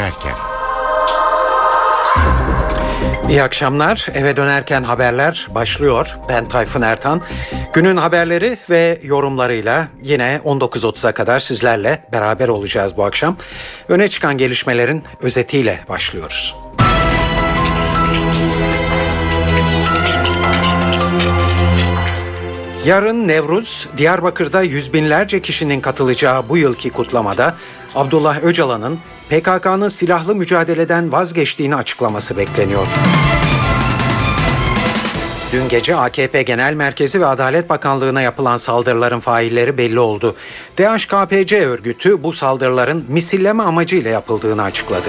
dönerken. İyi akşamlar. Eve dönerken haberler başlıyor. Ben Tayfun Ertan. Günün haberleri ve yorumlarıyla yine 19.30'a kadar sizlerle beraber olacağız bu akşam. Öne çıkan gelişmelerin özetiyle başlıyoruz. Yarın Nevruz, Diyarbakır'da yüz binlerce kişinin katılacağı bu yılki kutlamada Abdullah Öcalan'ın PKK'nın silahlı mücadeleden vazgeçtiğini açıklaması bekleniyor. Dün gece AKP Genel Merkezi ve Adalet Bakanlığı'na yapılan saldırıların failleri belli oldu. DHKPC örgütü bu saldırıların misilleme amacıyla yapıldığını açıkladı.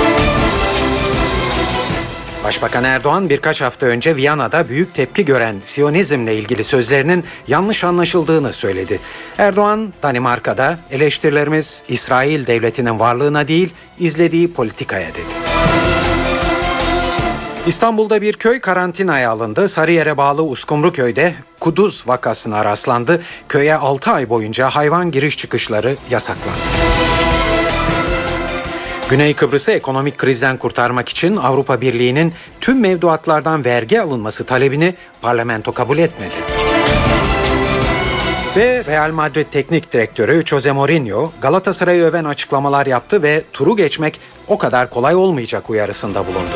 Başbakan Erdoğan birkaç hafta önce Viyana'da büyük tepki gören Siyonizmle ilgili sözlerinin yanlış anlaşıldığını söyledi. Erdoğan, Danimarka'da eleştirilerimiz İsrail devletinin varlığına değil, izlediği politikaya dedi. İstanbul'da bir köy karantinaya alındı. Sarıyer'e bağlı Uskumruköy'de kuduz vakasına rastlandı. Köye 6 ay boyunca hayvan giriş çıkışları yasaklandı. Güney Kıbrıs'ı ekonomik krizden kurtarmak için Avrupa Birliği'nin tüm mevduatlardan vergi alınması talebini parlamento kabul etmedi. Ve Real Madrid Teknik Direktörü Jose Mourinho Galatasaray'ı öven açıklamalar yaptı ve turu geçmek o kadar kolay olmayacak uyarısında bulundu.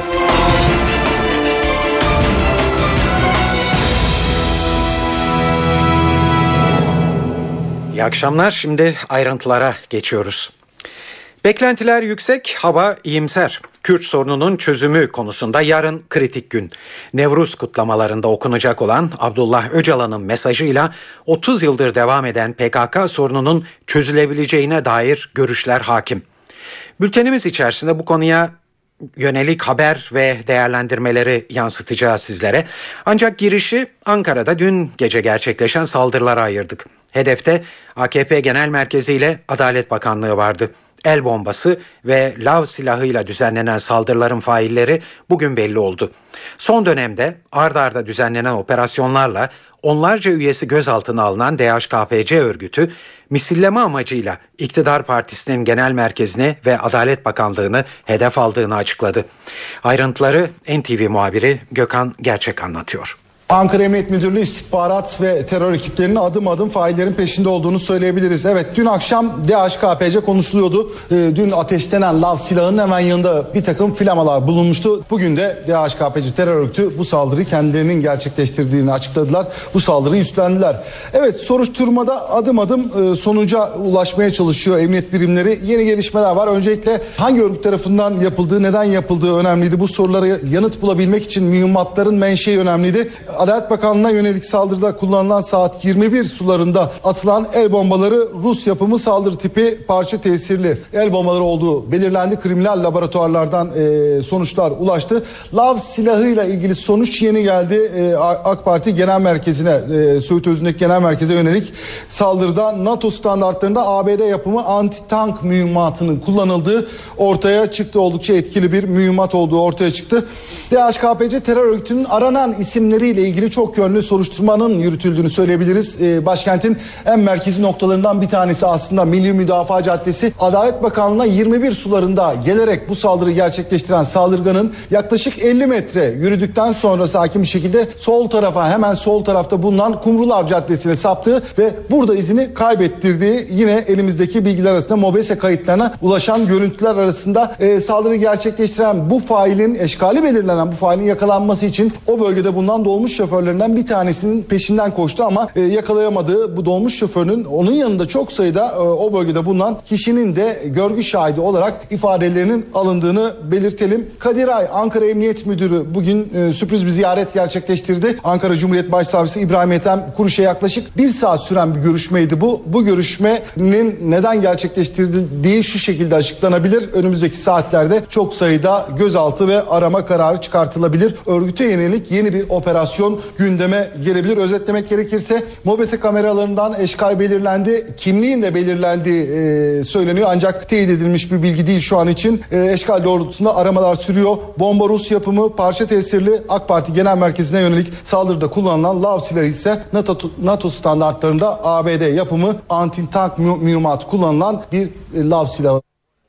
İyi akşamlar. Şimdi ayrıntılara geçiyoruz. Beklentiler yüksek, hava iyimser. Kürt sorununun çözümü konusunda yarın kritik gün. Nevruz kutlamalarında okunacak olan Abdullah Öcalan'ın mesajıyla 30 yıldır devam eden PKK sorununun çözülebileceğine dair görüşler hakim. Bültenimiz içerisinde bu konuya yönelik haber ve değerlendirmeleri yansıtacağız sizlere. Ancak girişi Ankara'da dün gece gerçekleşen saldırılara ayırdık. Hedefte AKP Genel Merkezi ile Adalet Bakanlığı vardı. El bombası ve lav silahıyla düzenlenen saldırıların failleri bugün belli oldu. Son dönemde ard arda düzenlenen operasyonlarla onlarca üyesi gözaltına alınan DHKPC örgütü misilleme amacıyla iktidar partisinin genel merkezini ve Adalet Bakanlığı'nı hedef aldığını açıkladı. Ayrıntıları NTV muhabiri Gökhan Gerçek anlatıyor. Ankara Emniyet Müdürlüğü istihbarat ve terör ekiplerinin adım adım faillerin peşinde olduğunu söyleyebiliriz. Evet, dün akşam DHKPC konuşuluyordu. Dün ateşlenen lav silahının hemen yanında bir takım flamalar bulunmuştu. Bugün de DHKPC terör örgütü bu saldırıyı kendilerinin gerçekleştirdiğini açıkladılar. Bu saldırıyı üstlendiler. Evet, soruşturmada adım adım sonuca ulaşmaya çalışıyor emniyet birimleri. Yeni gelişmeler var. Öncelikle hangi örgüt tarafından yapıldığı, neden yapıldığı önemliydi. Bu sorulara yanıt bulabilmek için mühimmatların menşei önemliydi. Adalet Bakanlığı'na yönelik saldırıda kullanılan saat 21 sularında atılan el bombaları Rus yapımı saldırı tipi parça tesirli el bombaları olduğu belirlendi. Kriminal laboratuvarlardan sonuçlar ulaştı. Lav silahıyla ilgili sonuç yeni geldi. AK Parti Genel Merkezi'ne, Söğüt Özü'ndeki Genel Merkezi'ne yönelik saldırıda NATO standartlarında ABD yapımı anti-tank mühimmatının kullanıldığı ortaya çıktı. Oldukça etkili bir mühimmat olduğu ortaya çıktı. DHKPC terör örgütünün aranan isimleriyle ilgili çok yönlü soruşturmanın yürütüldüğünü söyleyebiliriz. Başkentin en merkezi noktalarından bir tanesi aslında Milli Müdafaa Caddesi. Adalet Bakanlığı'na 21 sularında gelerek bu saldırıyı gerçekleştiren saldırganın yaklaşık 50 metre yürüdükten sonra sakin bir şekilde hemen sol tarafta bulunan Kumrular Caddesi'ne saptığı ve burada izini kaybettirdiği yine elimizdeki bilgiler arasında MOBESE kayıtlarına ulaşan görüntüler arasında saldırıyı gerçekleştiren bu failin, eşkali belirlenen bu failin yakalanması için o bölgede bulunan dolmuş şoförlerinden bir tanesinin peşinden koştu ama yakalayamadığı bu dolmuş şoförünün onun yanında çok sayıda o bölgede bulunan kişinin de görgü şahidi olarak ifadelerinin alındığını belirtelim. Kadiray Ankara Emniyet Müdürü bugün sürpriz bir ziyaret gerçekleştirdi. Ankara Cumhuriyet Başsavcısı İbrahim Ethem Kuruş'a yaklaşık 1 saat süren bir görüşmeydi bu. Bu görüşmenin neden gerçekleştirildiği şu şekilde açıklanabilir. Önümüzdeki saatlerde çok sayıda gözaltı ve arama kararı çıkartılabilir. Örgüte yönelik yeni bir operasyon gündeme gelebilir. Özetlemek gerekirse MOBESE kameralarından eşkal belirlendi. Kimliğin de belirlendiği söyleniyor. Ancak teyit edilmiş bir bilgi değil şu an için. Eşkal doğrultusunda aramalar sürüyor. Bomba Rus yapımı parça tesirli. AK Parti Genel Merkezi'ne yönelik saldırıda kullanılan lav silahı ise NATO standartlarında ABD yapımı anti-tank mühimmat kullanılan bir lav silahı.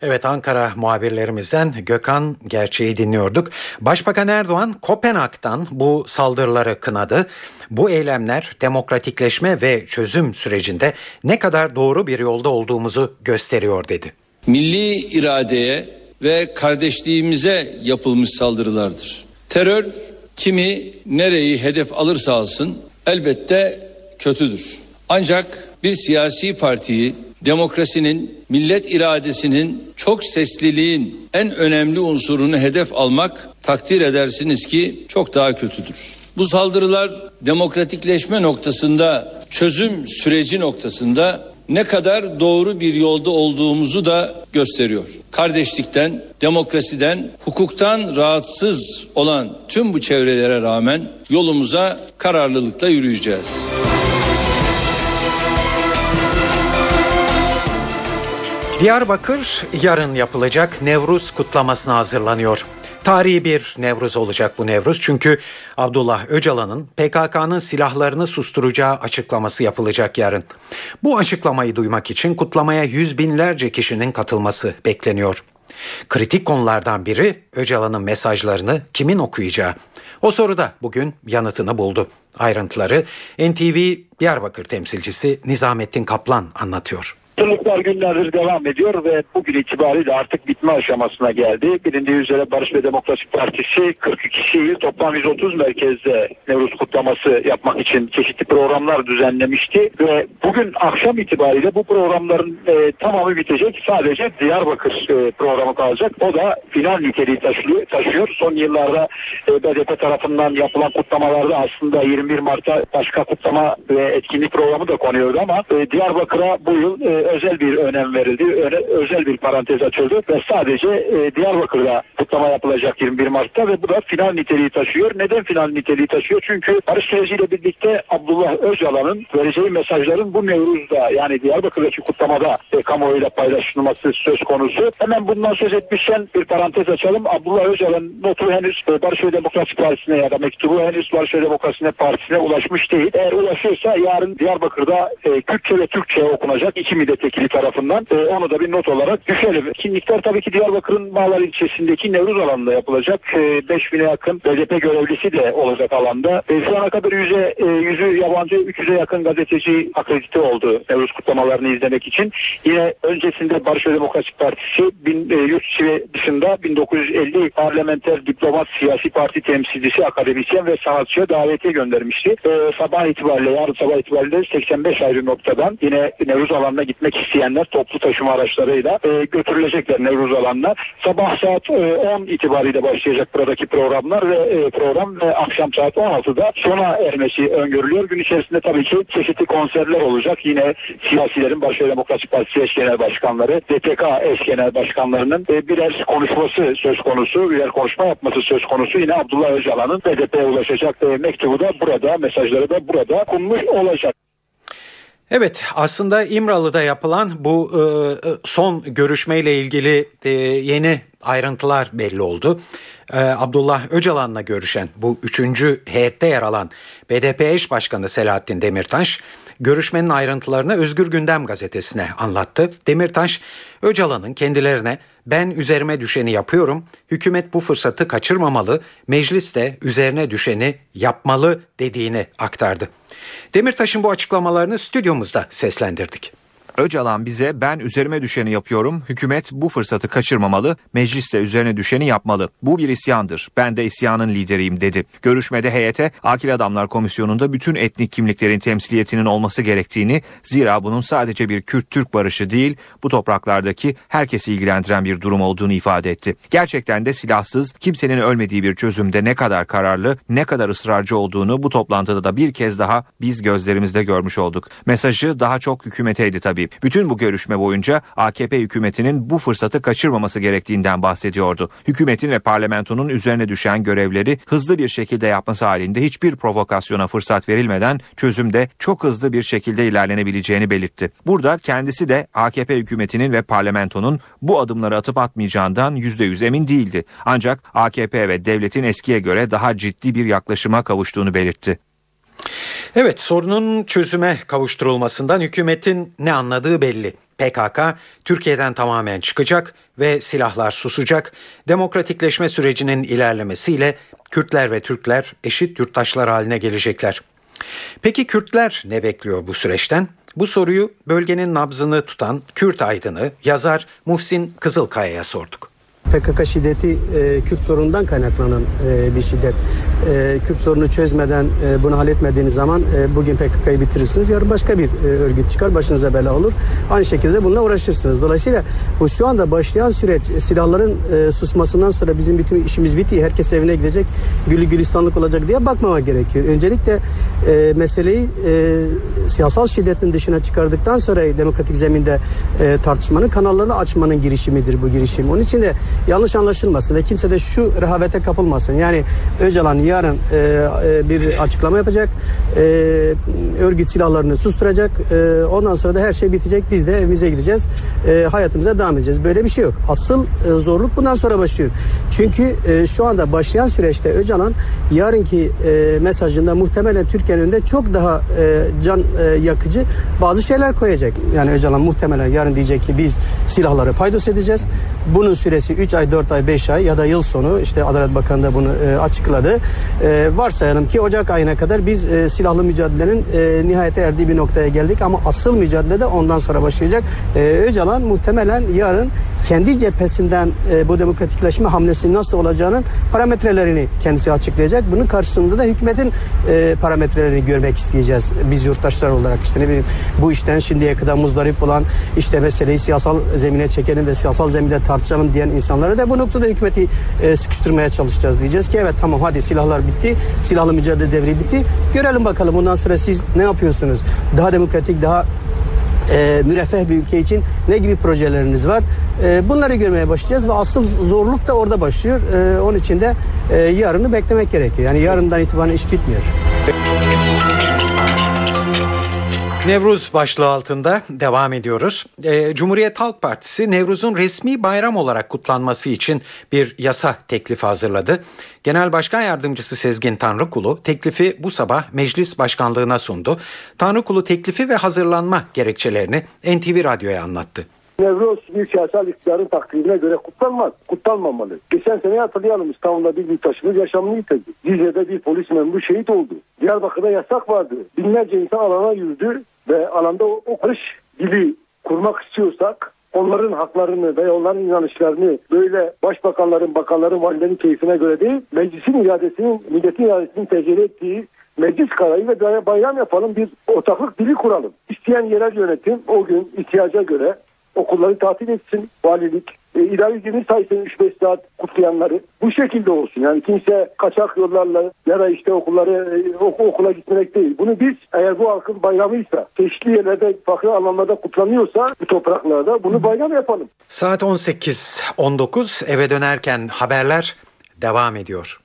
Evet, Ankara muhabirlerimizden Gökhan Gerçeği dinliyorduk. Başbakan Erdoğan Kopenhag'dan bu saldırıları kınadı. Bu eylemler demokratikleşme ve çözüm sürecinde ne kadar doğru bir yolda olduğumuzu gösteriyor dedi. Milli iradeye ve kardeşliğimize yapılmış saldırılardır. Terör kimi nereyi hedef alırsa alsın elbette kötüdür. Ancak bir siyasi partiyi demokrasinin, millet iradesinin, çok sesliliğin en önemli unsurunu hedef almak takdir edersiniz ki çok daha kötüdür. Bu saldırılar demokratikleşme noktasında, çözüm süreci noktasında ne kadar doğru bir yolda olduğumuzu da gösteriyor. Kardeşlikten, demokrasiden, hukuktan rahatsız olan tüm bu çevrelere rağmen yolumuza kararlılıkla yürüyeceğiz. Diyarbakır yarın yapılacak Nevruz kutlamasına hazırlanıyor. Tarihi bir Nevruz olacak bu Nevruz, çünkü Abdullah Öcalan'ın PKK'nın silahlarını susturacağı açıklaması yapılacak yarın. Bu açıklamayı duymak için kutlamaya yüz binlerce kişinin katılması bekleniyor. Kritik konulardan biri Öcalan'ın mesajlarını kimin okuyacağı. O soru da bugün yanıtını buldu. Ayrıntıları NTV Diyarbakır temsilcisi Nizamettin Kaplan anlatıyor. Hazırlıklar günlerdir devam ediyor ve bugün itibariyle artık bitme aşamasına geldi. Bilindiği üzere Barış ve Demokrasi Partisi 42 şehir toplam 130 merkezde Nevruz kutlaması yapmak için çeşitli programlar düzenlemişti ve bugün akşam itibariyle bu programların tamamı bitecek. Sadece Diyarbakır programı kalacak. O da final niteliği taşıyor. Son yıllarda BDP tarafından yapılan kutlamalarda aslında 21 Mart'ta başka kutlama ve etkinlik programı da konuyordu ama Diyarbakır'a bu yıl özel bir önem verildi. Özel bir parantez açıldı ve sadece Diyarbakır'da kutlama yapılacak 21 Mart'ta ve bu da final niteliği taşıyor. Neden final niteliği taşıyor? Çünkü barış süreciyle birlikte Abdullah Öcalan'ın vereceği mesajların bu Nevruz'da, yani Diyarbakır'daki kutlamada kamuoyuyla paylaşılması söz konusu. Hemen bundan söz etmişken bir parantez açalım. Abdullah Öcalan'ın notu henüz Barış ve Demokrasi Partisi'ne ya da mektubu henüz Barış ve Demokrasi Partisi'ne ulaşmış değil. Eğer ulaşırsa yarın Diyarbakır'da Kürtçe ve Türkçe okunacak 2 milletvekili tarafından. Onu da bir not olarak düşelim. Etkinlikler tabii ki Diyarbakır'ın Bağlar ilçesindeki Nevruz alanında yapılacak. 5000'e yakın BDP görevlisi de olacak alanda. Şu ana kadar yüzü yabancı 300'e yakın gazeteci akredite oldu Nevruz kutlamalarını izlemek için. Yine öncesinde Barış ve Demokrasi Partisi yurt içi dışında 1950 parlamenter diplomat, siyasi parti temsilcisi, akademisyen ve sanatçıya davetiye göndermişti. Yarın sabah itibariyle 85 ayrı noktadan yine Nevruz alanına gitmek isteyenler toplu taşıma araçlarıyla götürülecekler Nevruz alanına. Sabah saat 10 itibariyle başlayacak buradaki programlar ve program akşam saat 16'da sona ermesi öngörülüyor. Gün içerisinde tabii ki çeşitli konserler olacak. Yine siyasilerin, Barış ve Demokrasi Partisi eş genel başkanları, DPK eş genel başkanlarının birer konuşması söz konusu, birer konuşma yapması söz konusu. Yine Abdullah Öcalan'ın BDP'ye ulaşacak mektubu da burada, mesajları da burada konmuş olacak. Evet, aslında İmralı'da yapılan bu son görüşmeyle ilgili yeni ayrıntılar belli oldu. Abdullah Öcalan'la görüşen bu 3. heyette yer alan BDP eş başkanı Selahattin Demirtaş, görüşmenin ayrıntılarını Özgür Gündem gazetesine anlattı. Demirtaş, Öcalan'ın kendilerine "Ben üzerime düşeni yapıyorum, hükümet bu fırsatı kaçırmamalı, meclis de üzerine düşeni yapmalı" dediğini aktardı. Demirtaş'ın bu açıklamalarını stüdyomuzda seslendirdik. Öcalan bize "Ben üzerime düşeni yapıyorum, hükümet bu fırsatı kaçırmamalı, meclis de üzerine düşeni yapmalı. Bu bir isyandır, ben de isyanın lideriyim" dedi. Görüşmede heyete Akil Adamlar Komisyonu'nda bütün etnik kimliklerin temsiliyetinin olması gerektiğini, zira bunun sadece bir Kürt-Türk barışı değil, bu topraklardaki herkesi ilgilendiren bir durum olduğunu ifade etti. Gerçekten de silahsız, kimsenin ölmediği bir çözümde ne kadar kararlı, ne kadar ısrarcı olduğunu bu toplantıda da bir kez daha biz gözlerimizde görmüş olduk. Mesajı daha çok hükümeteydi tabii. Bütün bu görüşme boyunca AKP hükümetinin bu fırsatı kaçırmaması gerektiğinden bahsediyordu. Hükümetin ve parlamentonun üzerine düşen görevleri hızlı bir şekilde yapması halinde hiçbir provokasyona fırsat verilmeden çözümde çok hızlı bir şekilde ilerlenebileceğini belirtti. Burada kendisi de AKP hükümetinin ve parlamentonun bu adımları atıp atmayacağından %100 emin değildi. Ancak AKP ve devletin eskiye göre daha ciddi bir yaklaşıma kavuştuğunu belirtti. Evet, sorunun çözüme kavuşturulmasından hükümetin ne anladığı belli. PKK Türkiye'den tamamen çıkacak ve silahlar susacak. Demokratikleşme sürecinin ilerlemesiyle Kürtler ve Türkler eşit yurttaşlar haline gelecekler. Peki Kürtler ne bekliyor bu süreçten? Bu soruyu bölgenin nabzını tutan Kürt aydını, yazar Muhsin Kızılkaya'ya sorduk. PKK şiddeti Kürt sorunundan kaynaklanan bir şiddet. Kürt sorunu çözmeden, bunu halletmediğiniz zaman bugün PKK'yı bitirirsiniz. Yarın başka bir örgüt çıkar, başınıza bela olur. Aynı şekilde bununla uğraşırsınız. Dolayısıyla bu şu anda başlayan süreç, silahların susmasından sonra bizim bütün işimiz bitti, herkes evine gidecek, güllü gülistanlık olacak diye bakmama gerekiyor. Öncelikle meseleyi siyasal şiddetin dışına çıkardıktan sonra demokratik zeminde tartışmanın kanallarını açmanın girişimidir bu girişim. Onun için de yanlış anlaşılmasın ve kimse de şu rehavete kapılmasın. Yani Öcalan yarın bir açıklama yapacak, örgüt silahlarını susturacak, ondan sonra da her şey bitecek, biz de evimize gideceğiz, hayatımıza devam edeceğiz. Böyle bir şey yok. Asıl zorluk bundan sonra başlıyor. Çünkü şu anda başlayan süreçte Öcalan yarınki mesajında muhtemelen Türkiye'nin önünde çok daha can yakıcı bazı şeyler koyacak. Yani Öcalan muhtemelen yarın diyecek ki biz silahları paydos edeceğiz. Bunun süresi 3 ay, 4 ay, 5 ay ya da yıl sonu, işte Adalet Bakanı da bunu açıkladı. Varsayalım ki Ocak ayına kadar biz silahlı mücadelenin nihayete erdiği bir noktaya geldik ama asıl mücadele de ondan sonra başlayacak. Öcalan muhtemelen yarın kendi cephesinden bu demokratikleşme hamlesi nasıl olacağının parametrelerini kendisi açıklayacak. Bunun karşısında da hükümetin parametrelerini görmek isteyeceğiz biz yurttaşlar olarak. İşte ne bileyim, bu işten şimdiye kadar muzdarip olan, işte meseleyi siyasal zemine çekelim ve siyasal zeminde tartışalım diyen insanlara da bu noktada hükümeti sıkıştırmaya çalışacağız. Diyeceğiz ki evet, tamam, hadi silahlar bitti, silahlı mücadele devri bitti. Görelim bakalım bundan sonra siz ne yapıyorsunuz? Daha demokratik, daha müreffeh bir ülke için ne gibi projeleriniz var? Bunları görmeye başlayacağız ve asıl zorluk da orada başlıyor. Onun için de yarını beklemek gerekiyor. Yani yarından itibaren iş bitmiyor. Nevruz başlığı altında devam ediyoruz. Cumhuriyet Halk Partisi Nevruz'un resmi bayram olarak kutlanması için bir yasa teklifi hazırladı. Genel Başkan Yardımcısı Sezgin Tanrıkulu teklifi bu sabah Meclis Başkanlığı'na sundu. Tanrıkulu teklifi ve hazırlanma gerekçelerini NTV Radyo'ya anlattı. Nevruz bir siyasal iktidarın takdirine göre kutlanmaz, kutlanmamalı. Geçen sene hatırlayalım, İstanbul'da bir yurttaşımız yaşamını yitirdi. Cizre'de bir polis memuru şehit oldu. Diyarbakır'da yasak vardı. Binlerce insan alana yürüdü ve alanda o barış dili kurmak istiyorsak onların haklarını ve onların inanışlarını böyle başbakanların, bakanların, valilerin keyfine göre değil, milletin iradesinin tecrübe ettiği meclis kararı ve bayram yapalım, bir ortaklık dili kuralım. İsteyen yerel yönetim o gün ihtiyaca göre okulları tatil etsin, valilik, idari günü saysın 3-5 saat kutlayanları. Bu şekilde olsun. Yani kimse kaçak yollarla ya da işte okula gitmek değil. Bunu biz, eğer bu halkın bayramıysa, çeşitli yerlerde farklı anlamlarda kutlanıyorsa bu topraklarda bunu bayram yapalım. Saat 18.19, eve dönerken haberler devam ediyor.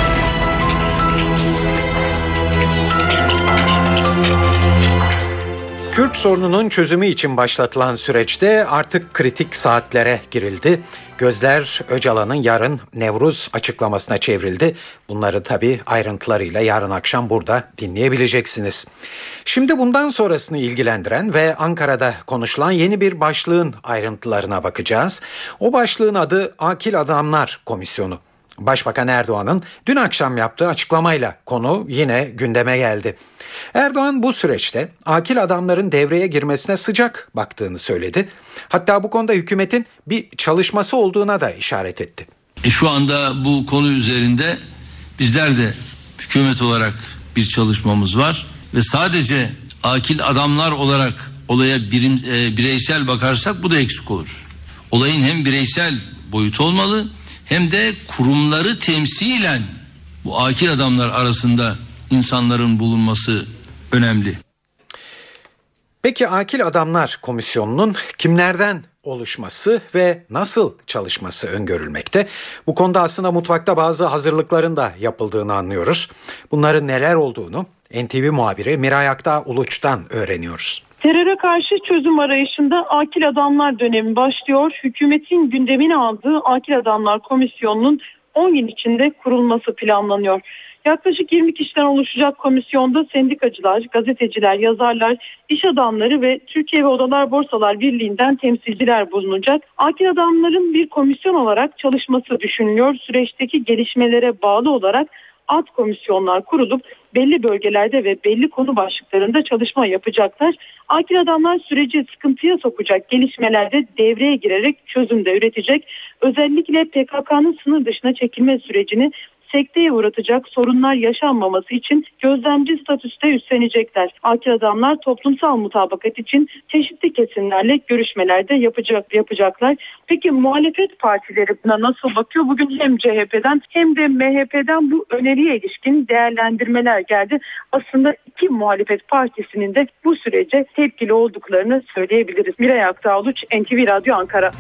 Kürt sorununun çözümü için başlatılan süreçte artık kritik saatlere girildi. Gözler Öcalan'ın yarın Nevruz açıklamasına çevrildi. Bunları tabii ayrıntılarıyla yarın akşam burada dinleyebileceksiniz. Şimdi bundan sonrasını ilgilendiren ve Ankara'da konuşulan yeni bir başlığın ayrıntılarına bakacağız. O başlığın adı Akil Adamlar Komisyonu. Başbakan Erdoğan'ın dün akşam yaptığı açıklamayla konu yine gündeme geldi. Erdoğan bu süreçte akil adamların devreye girmesine sıcak baktığını söyledi. Hatta bu konuda hükümetin bir çalışması olduğuna da işaret etti. Şu anda bu konu üzerinde bizler de hükümet olarak bir çalışmamız var ve sadece akil adamlar olarak olaya bireysel bakarsak bu da eksik olur. Olayın hem bireysel boyutu olmalı hem de kurumları temsilen bu akil adamlar arasında insanların bulunması önemli. Peki Akil Adamlar Komisyonu'nun kimlerden oluşması ve nasıl çalışması öngörülmekte? Bu konuda aslında mutfakta bazı hazırlıkların da yapıldığını anlıyoruz. Bunların neler olduğunu NTV muhabiri Miray Aktağ Uluç'tan öğreniyoruz. Teröre karşı çözüm arayışında Akil Adamlar dönemi başlıyor. Hükümetin gündemine aldığı Akil Adamlar Komisyonu'nun 10 gün içinde kurulması planlanıyor. Yaklaşık 20 kişiden oluşacak komisyonda sendikacılar, gazeteciler, yazarlar, iş adamları ve Türkiye ve Odalar Borsalar Birliği'nden temsilciler bulunacak. Akil adamların bir komisyon olarak çalışması düşünülüyor. Süreçteki gelişmelere bağlı olarak alt komisyonlar kurulup belli bölgelerde ve belli konu başlıklarında çalışma yapacaklar. Akil adamlar süreci sıkıntıya sokacak gelişmelerde devreye girerek çözüm de üretecek. Özellikle PKK'nın sınır dışına çekilme sürecini sekteye uğratacak sorunlar yaşanmaması için gözlemci statüste üstlenecekler. Akil adamlar toplumsal mutabakat için çeşitli kesimlerle görüşmelerde yapacaklar. Peki muhalefet partileri buna nasıl bakıyor? Bugün hem CHP'den hem de MHP'den bu öneriye ilişkin değerlendirmeler geldi. Aslında iki muhalefet partisinin de bu sürece tepkili olduklarını söyleyebiliriz. Miray Aktağluç, NTV Radyo Ankara.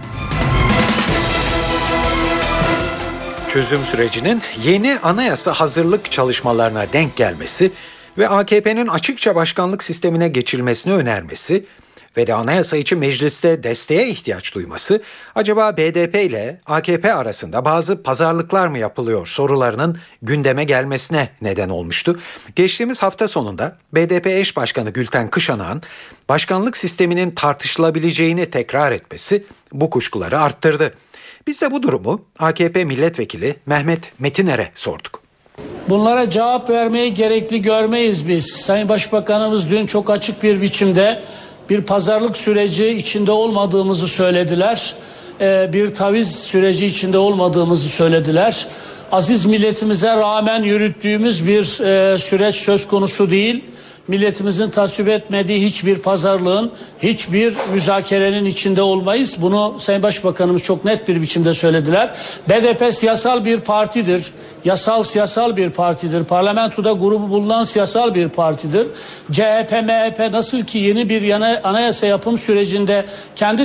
Çözüm sürecinin yeni anayasa hazırlık çalışmalarına denk gelmesi ve AKP'nin açıkça başkanlık sistemine geçilmesini önermesi ve de anayasa için mecliste desteğe ihtiyaç duyması, acaba BDP ile AKP arasında bazı pazarlıklar mı yapılıyor sorularının gündeme gelmesine neden olmuştu. Geçtiğimiz hafta sonunda BDP eş başkanı Gülten Kışanak'ın başkanlık sisteminin tartışılabileceğini tekrar etmesi bu kuşkuları arttırdı. Biz de bu durumu AKP milletvekili Mehmet Metiner'e sorduk. Bunlara cevap vermeyi gerekli görmeyiz biz. Sayın Başbakanımız dün çok açık bir biçimde bir pazarlık süreci içinde olmadığımızı söylediler. Bir taviz süreci içinde olmadığımızı söylediler. Aziz milletimize rağmen yürüttüğümüz bir süreç söz konusu değil. Milletimizin tasvip etmediği hiçbir pazarlığın, hiçbir müzakerenin içinde olmayız. Bunu Sayın Başbakanımız çok net bir biçimde söylediler. BDP siyasal bir partidir. Siyasal bir partidir. Parlamentoda grubu bulunan siyasal bir partidir. CHP, MHP nasıl ki yeni bir anayasa yapım sürecinde kendi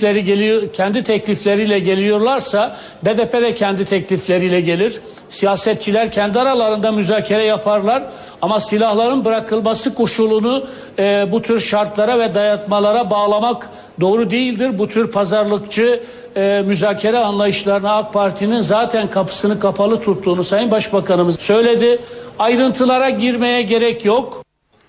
teklifleriyle geliyorlarsa BDP de kendi teklifleriyle gelir. Siyasetçiler kendi aralarında müzakere yaparlar ama silahların bırakılması koşulunu bu tür şartlara ve dayatmalara bağlamak doğru değildir. Bu tür pazarlıkçı müzakere anlayışlarına AK Parti'nin zaten kapısını kapalı tuttuğunu Sayın Başbakanımız söyledi. Ayrıntılara girmeye gerek yok.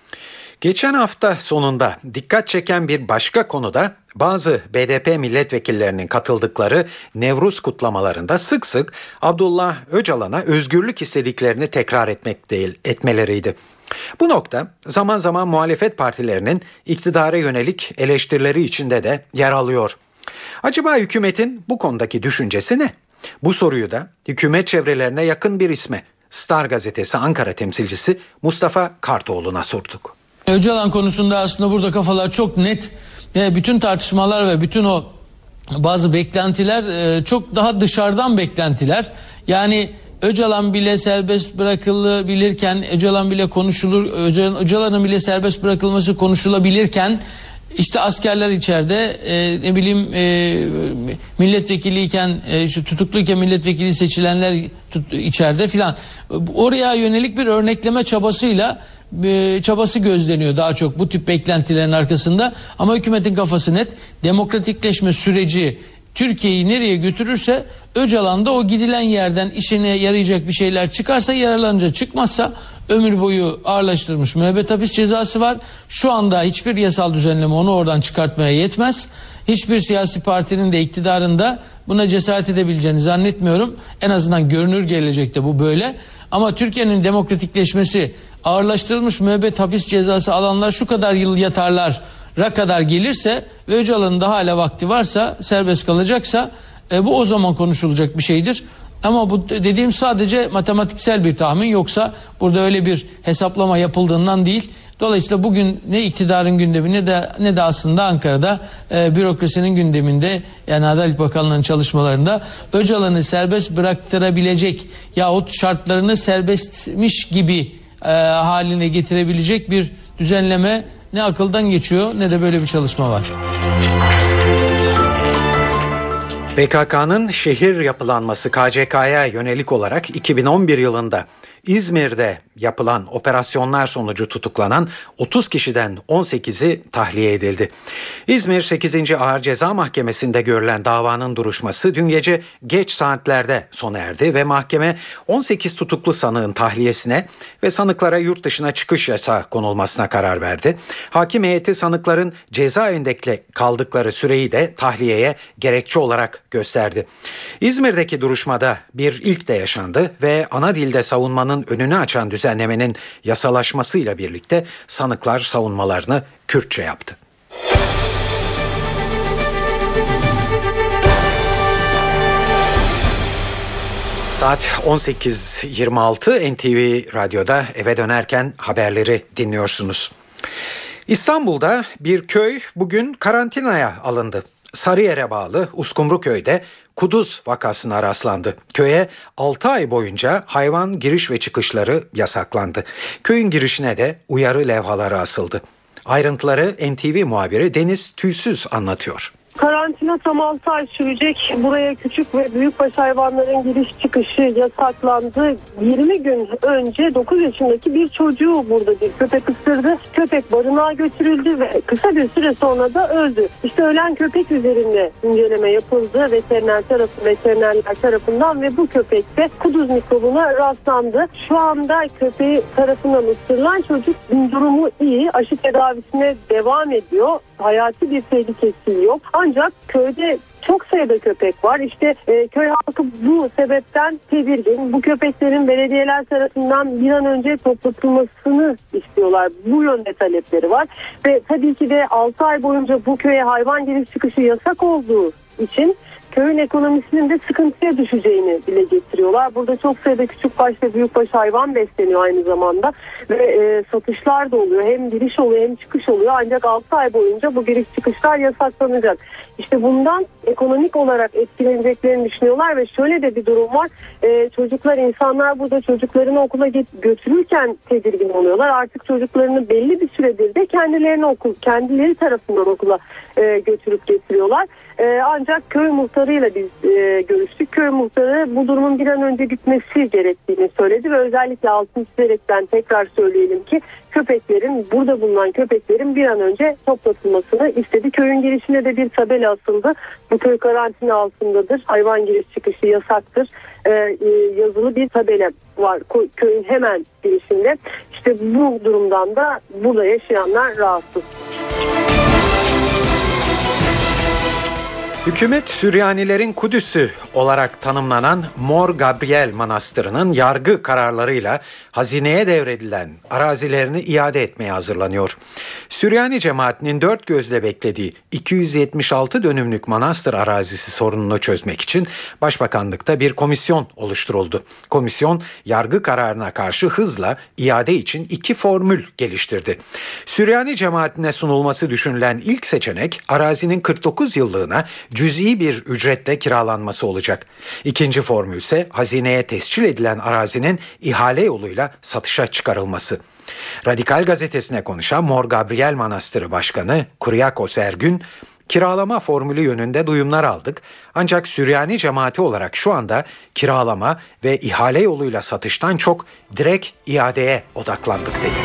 Geçen hafta sonunda dikkat çeken bir başka konuda bazı BDP milletvekillerinin katıldıkları Nevruz kutlamalarında sık sık Abdullah Öcalan'a özgürlük istediklerini tekrar etmeleriydi. Bu nokta zaman zaman muhalefet partilerinin iktidara yönelik eleştirileri içinde de yer alıyor. Acaba hükümetin bu konudaki düşüncesi ne? Bu soruyu da hükümet çevrelerine yakın bir isme Star Gazetesi Ankara temsilcisi Mustafa Kartoğlu'na sorduk. Öcalan konusunda aslında burada kafalar çok net ve bütün tartışmalar ve bütün o bazı beklentiler çok daha dışarıdan beklentiler. Yani Öcalan bile serbest bırakılabilirken, Öcalan bile Öcalan'ın bile serbest bırakılması konuşulabilirken işte askerler içeride, milletvekiliyken, tutukluyken milletvekili seçilenler içeride filan. Oraya yönelik bir örnekleme çabası gözleniyor daha çok bu tip beklentilerin arkasında. Ama hükümetin kafası net. Demokratikleşme süreci Türkiye'yi nereye götürürse Öcalan da o gidilen yerden işine yarayacak bir şeyler çıkarsa yararlanınca, çıkmazsa ömür boyu ağırlaştırılmış müebbet hapis cezası var. Şu anda hiçbir yasal düzenleme onu oradan çıkartmaya yetmez. Hiçbir siyasi partinin de iktidarında buna cesaret edebileceğini zannetmiyorum. En azından görünür gelecekte bu böyle. Ama Türkiye'nin demokratikleşmesi, ağırlaştırılmış müebbet hapis cezası alanlar şu kadar yıl yatarlara kadar gelirse ve Öcalan'ın da hala vakti varsa, serbest kalacaksa bu o zaman konuşulacak bir şeydir. Ama bu dediğim sadece matematiksel bir tahmin, yoksa burada öyle bir hesaplama yapıldığından değil. Dolayısıyla bugün ne iktidarın gündemi ne de aslında Ankara'da bürokrasinin gündeminde, yani Adalet Bakanlığı'nın çalışmalarında Öcalan'ı serbest bıraktırabilecek yahut şartlarını serbestmiş gibi haline getirebilecek bir düzenleme ne akıldan geçiyor ne de böyle bir çalışma var. PKK'nın şehir yapılanması KCK'ya yönelik olarak 2011 yılında İzmir'de yapılan operasyonlar sonucu tutuklanan 30 kişiden 18'i tahliye edildi. İzmir 8. Ağır Ceza Mahkemesi'nde görülen davanın duruşması dün gece geç saatlerde sona erdi ve mahkeme 18 tutuklu sanığın tahliyesine ve sanıklara yurt dışına çıkış yasağı konulmasına karar verdi. Hakim heyeti sanıkların cezaevinde kaldıkları süreyi de tahliyeye gerekçe olarak gösterdi. İzmir'deki duruşmada bir ilk de yaşandı ve ana dilde savunmanın önünü açan düzenlemenin yasalaşmasıyla birlikte sanıklar savunmalarını Kürtçe yaptı. Saat 18.26 NTV Radyo'da eve dönerken haberleri dinliyorsunuz. İstanbul'da bir köy bugün karantinaya alındı. Sarıyer'e bağlı Uskumruköy'de kuduz vakasına rastlandı. Köye 6 ay boyunca hayvan giriş ve çıkışları yasaklandı. Köyün girişine de uyarı levhaları asıldı. Ayrıntıları NTV muhabiri Deniz Tüysüz anlatıyor. Karantina tam 6 ay sürecek. Buraya küçük ve büyükbaş hayvanların giriş çıkışı yasaklandı. 20 gün önce 9 yaşındaki bir çocuğu burada bir köpek ısırdı. Köpek barınağa götürüldü ve kısa bir süre sonra da öldü. İşte ölen köpek üzerinde inceleme yapıldı veterinerler tarafından ve bu köpekte kuduz mikrobuna rastlandı. Şu anda köpeği tarafından ısırılan çocuk durumu iyi. Aşı tedavisine devam ediyor. Hayati bir tehlikesi yok. Ancak köyde çok sayıda köpek var. İşte köy halkı bu sebepten tedirgin. Bu köpeklerin belediyeler tarafından bir an önce toplatılmasını istiyorlar. Bu yönde talepleri var. Ve tabii ki de 6 ay boyunca bu köye hayvan giriş çıkışı yasak olduğu için köyün ekonomisinin de sıkıntıya düşeceğini dile getiriyorlar. Burada çok sayıda küçükbaş ve büyükbaş hayvan besleniyor aynı zamanda ve satışlar da oluyor. Hem giriş oluyor hem çıkış oluyor. Ancak 6 ay boyunca bu giriş çıkışlar yasaklanacak. İşte bundan ekonomik olarak etkileneceklerini düşünüyorlar ve şöyle de bir durum var. İnsanlar burada çocuklarını okula götürürken tedirgin oluyorlar. Artık çocuklarını belli bir süredir de kendileri tarafından okula götürüp getiriyorlar. Ancak köy muhtarıyla biz görüştük. Köy muhtarı bu durumun bir an önce bitmesi gerektiğini söyledi ve özellikle altını çizerekten tekrar söyleyelim ki burada bulunan köpeklerin bir an önce toplatılmasını istedi. Köyün girişine de bir tabela asıldı. Bu köy karantina altındadır. Hayvan giriş çıkışı yasaktır. Yazılı bir tabela var köyün hemen girişinde. İşte bu durumdan da burada yaşayanlar rahatsız. Hükümet Süryanilerin Kudüs'ü olarak tanımlanan Mor Gabriel Manastırı'nın yargı kararlarıyla hazineye devredilen arazilerini iade etmeye hazırlanıyor. Süryani cemaatinin dört gözle beklediği 276 dönümlük manastır arazisi sorununu çözmek için Başbakanlıkta bir komisyon oluşturuldu. Komisyon yargı kararına karşı hızla iade için 2 formül geliştirdi. Süryani cemaatine sunulması düşünülen ilk seçenek arazinin 49 yıllığına cüz'i bir ücretle kiralanması olacak. İkinci formül ise hazineye tescil edilen arazinin ihale yoluyla satışa çıkarılması. Radikal gazetesine konuşan Mor Gabriel Manastırı Başkanı Kuryakos Ergün, kiralama formülü yönünde duyumlar aldık. Ancak Süryani cemaati olarak şu anda kiralama ve ihale yoluyla satıştan çok direkt iadeye odaklandık dedi.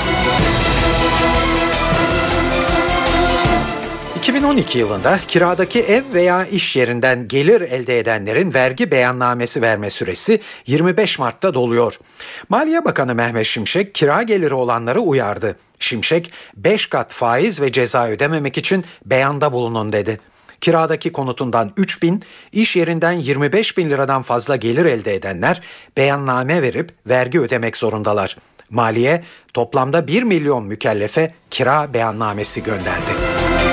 2012 yılında kiradaki ev veya iş yerinden gelir elde edenlerin vergi beyannamesi verme süresi 25 Mart'ta doluyor. Maliye Bakanı Mehmet Şimşek kira geliri olanları uyardı. Şimşek 5 kat faiz ve ceza ödememek için beyanda bulunun dedi. Kiradaki konutundan 3.000, iş yerinden 25.000 liradan fazla gelir elde edenler beyanname verip vergi ödemek zorundalar. Maliye toplamda 1 milyon mükellefe kira beyannamesi gönderdi.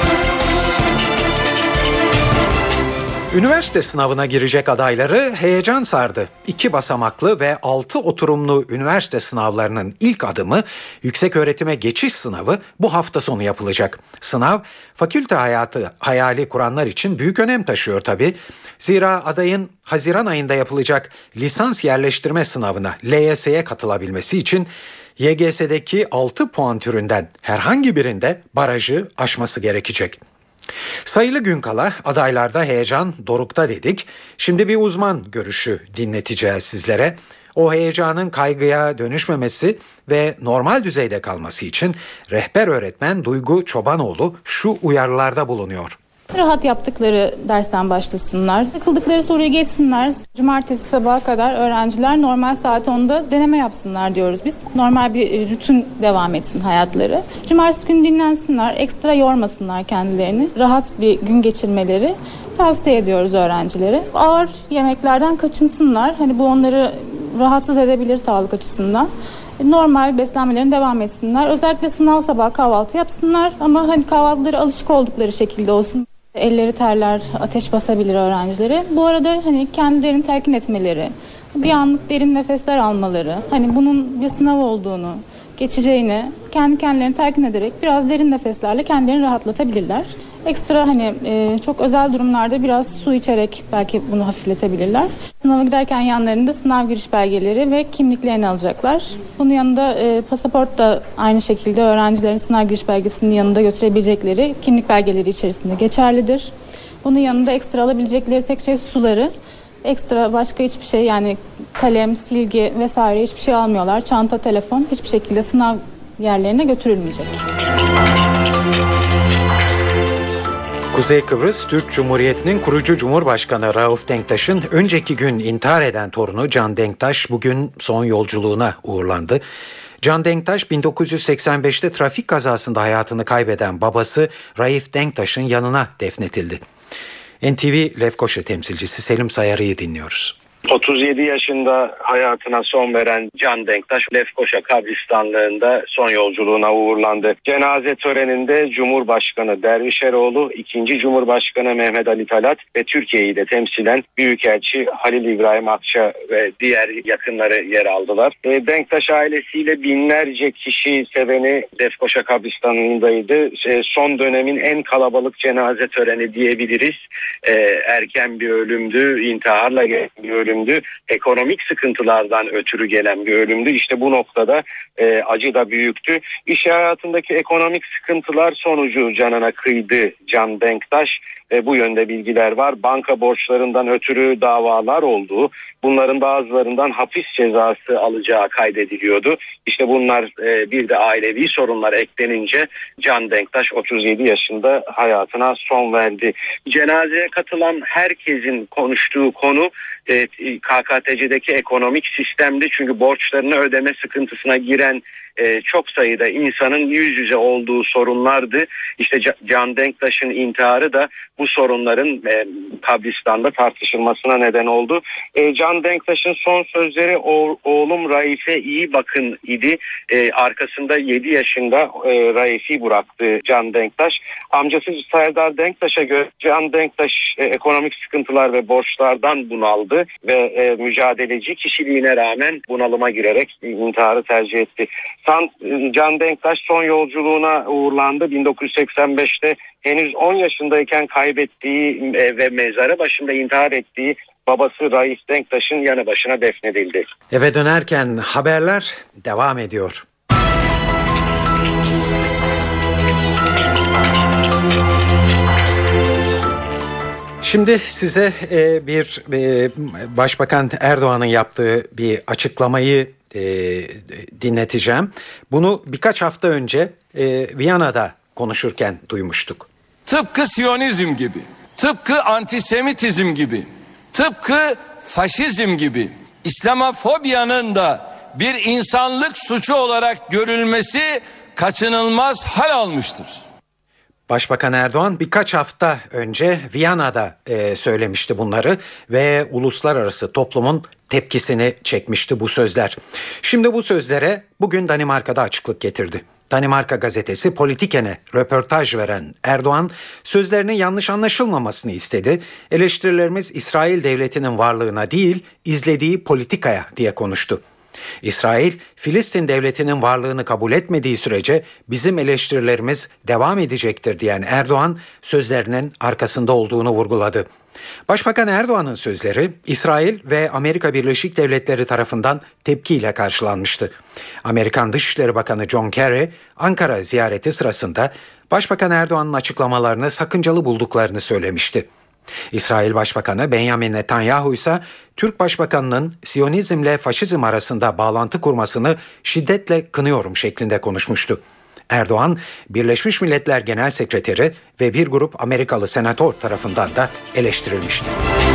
Üniversite sınavına girecek adayları heyecan sardı. 2 basamaklı ve 6 oturumlu üniversite sınavlarının ilk adımı yükseköğretime geçiş sınavı bu hafta sonu yapılacak. Sınav fakülte hayatı hayali kuranlar için büyük önem taşıyor tabii. Zira adayın Haziran ayında yapılacak lisans yerleştirme sınavına LYS'ye katılabilmesi için YGS'deki 6 puan türünden herhangi birinde barajı aşması gerekecek. Sayılı gün kala adaylarda heyecan dorukta dedik. Şimdi bir uzman görüşü dinleteceğiz sizlere. O heyecanın kaygıya dönüşmemesi ve normal düzeyde kalması için rehber öğretmen Duygu Çobanoğlu şu uyarılarda bulunuyor. Rahat yaptıkları dersten başlasınlar. Takıldıkları soruyu geçsinler. Cumartesi sabaha kadar öğrenciler normal saat 10'da deneme yapsınlar diyoruz biz. Normal bir rutin devam etsin hayatları. Cumartesi günü dinlensinler. Ekstra yormasınlar kendilerini. Rahat bir gün geçirmeleri tavsiye ediyoruz öğrencilere. Ağır yemeklerden kaçınsınlar. Hani bu onları rahatsız edebilir sağlık açısından. Normal beslenmelerine devam etsinler. Özellikle sınav sabahı kahvaltı yapsınlar ama hani kahvaltıları alışık oldukları şekilde olsun. Elleri terler, ateş basabilir öğrencilere. Bu arada hani kendilerini telkin etmeleri, bir anlık derin nefesler almaları, hani bunun bir sınav olduğunu, geçeceğini kendi kendilerini telkin ederek biraz derin nefeslerle kendilerini rahatlatabilirler. Ekstra hani çok özel durumlarda biraz su içerek belki bunu hafifletebilirler. Sınava giderken yanlarında sınav giriş belgeleri ve kimliklerini alacaklar. Bunun yanında pasaport da aynı şekilde öğrencilerin sınav giriş belgesinin yanında götürebilecekleri kimlik belgeleri içerisinde geçerlidir. Bunun yanında ekstra alabilecekleri tek şey suları. Ekstra başka hiçbir şey yani kalem, silgi vesaire hiçbir şey almıyorlar. Çanta, telefon hiçbir şekilde sınav yerlerine götürülmeyecek. Kuzey Kıbrıs Türk Cumhuriyeti'nin kurucu Cumhurbaşkanı Rauf Denktaş'ın önceki gün intihar eden torunu Can Denktaş bugün son yolculuğuna uğurlandı. Can Denktaş 1985'te trafik kazasında hayatını kaybeden babası Raif Denktaş'ın yanına defnedildi. NTV Lefkoşa temsilcisi Selim Sayarı'yı dinliyoruz. 37 yaşında hayatına son veren Can Denktaş Lefkoşa kabristanlığında son yolculuğuna uğurlandı. Cenaze töreninde Cumhurbaşkanı Derviş Eroğlu, 2. Cumhurbaşkanı Mehmet Ali Talat ve Türkiye'yi de temsilen Büyükelçi Halil İbrahim Akça ve diğer yakınları yer aldılar. Denktaş ailesiyle binlerce kişi seveni Lefkoşa kabristanlığındaydı. Son dönemin en kalabalık cenaze töreni diyebiliriz. Erken bir ölümdü, intiharla gelen bir ölümdü. Ekonomik sıkıntılardan ötürü gelen bir ölümdü. İşte bu noktada acı da büyüktü. İş hayatındaki ekonomik sıkıntılar sonucu canına kıydı Can Denktaş. Bu yönde bilgiler var. Banka borçlarından ötürü davalar olduğu, bunların bazılarından hapis cezası alacağı kaydediliyordu. İşte bunlar bir de ailevi sorunlar eklenince Can Denktaş 37 yaşında hayatına son verdi. Cenazeye katılan herkesin konuştuğu konu KKTC'deki ekonomik sistemdi. Çünkü borçlarını ödeme sıkıntısına giren çok sayıda insanın yüz yüze olduğu sorunlardı. İşte Can Denktaş'ın intiharı da bu sorunların kabristanda tartışılmasına neden oldu. Can Denktaş'ın son sözleri oğlum Raif'e iyi bakın idi. Arkasında 7 yaşında Raif'i bıraktı Can Denktaş. Amcası Serdar Denktaş'a göre Can Denktaş ekonomik sıkıntılar ve borçlardan bunaldı ve mücadeleci kişiliğine rağmen bunalıma girerek intiharı tercih etti. Can Denktaş son yolculuğuna uğurlandı. 1985'te henüz 10 yaşındayken kaybettiği ve mezarı başında intihar ettiği babası Raif Denktaş'ın yanı başına defnedildi. Eve dönerken haberler devam ediyor. Şimdi size bir Başbakan Erdoğan'ın yaptığı bir açıklamayı dinleteceğim. Bunu birkaç hafta önce Viyana'da konuşurken duymuştuk. Tıpkı Siyonizm gibi, tıpkı antisemitizm gibi, tıpkı faşizm gibi İslamofobiyanın da bir insanlık suçu olarak görülmesi kaçınılmaz hal almıştır. Başbakan Erdoğan birkaç hafta önce Viyana'da söylemişti bunları ve uluslararası toplumun tepkisini çekmişti bu sözler. Şimdi bu sözlere bugün Danimarka'da açıklık getirdi. Danimarka gazetesi Politiken'e röportaj veren Erdoğan sözlerinin yanlış anlaşılmamasını istedi. Eleştirilerimiz İsrail devletinin varlığına değil, izlediği politikaya diye konuştu. İsrail, Filistin devletinin varlığını kabul etmediği sürece bizim eleştirilerimiz devam edecektir diyen Erdoğan sözlerinin arkasında olduğunu vurguladı. Başbakan Erdoğan'ın sözleri İsrail ve Amerika Birleşik Devletleri tarafından tepkiyle karşılanmıştı. Amerikan Dışişleri Bakanı John Kerry, Ankara ziyareti sırasında Başbakan Erdoğan'ın açıklamalarını sakıncalı bulduklarını söylemişti. İsrail Başbakanı Benjamin Netanyahu ise Türk Başbakanı'nın Siyonizmle faşizm arasında bağlantı kurmasını şiddetle kınıyorum şeklinde konuşmuştu. Erdoğan, Birleşmiş Milletler Genel Sekreteri ve bir grup Amerikalı senatör tarafından da eleştirilmişti.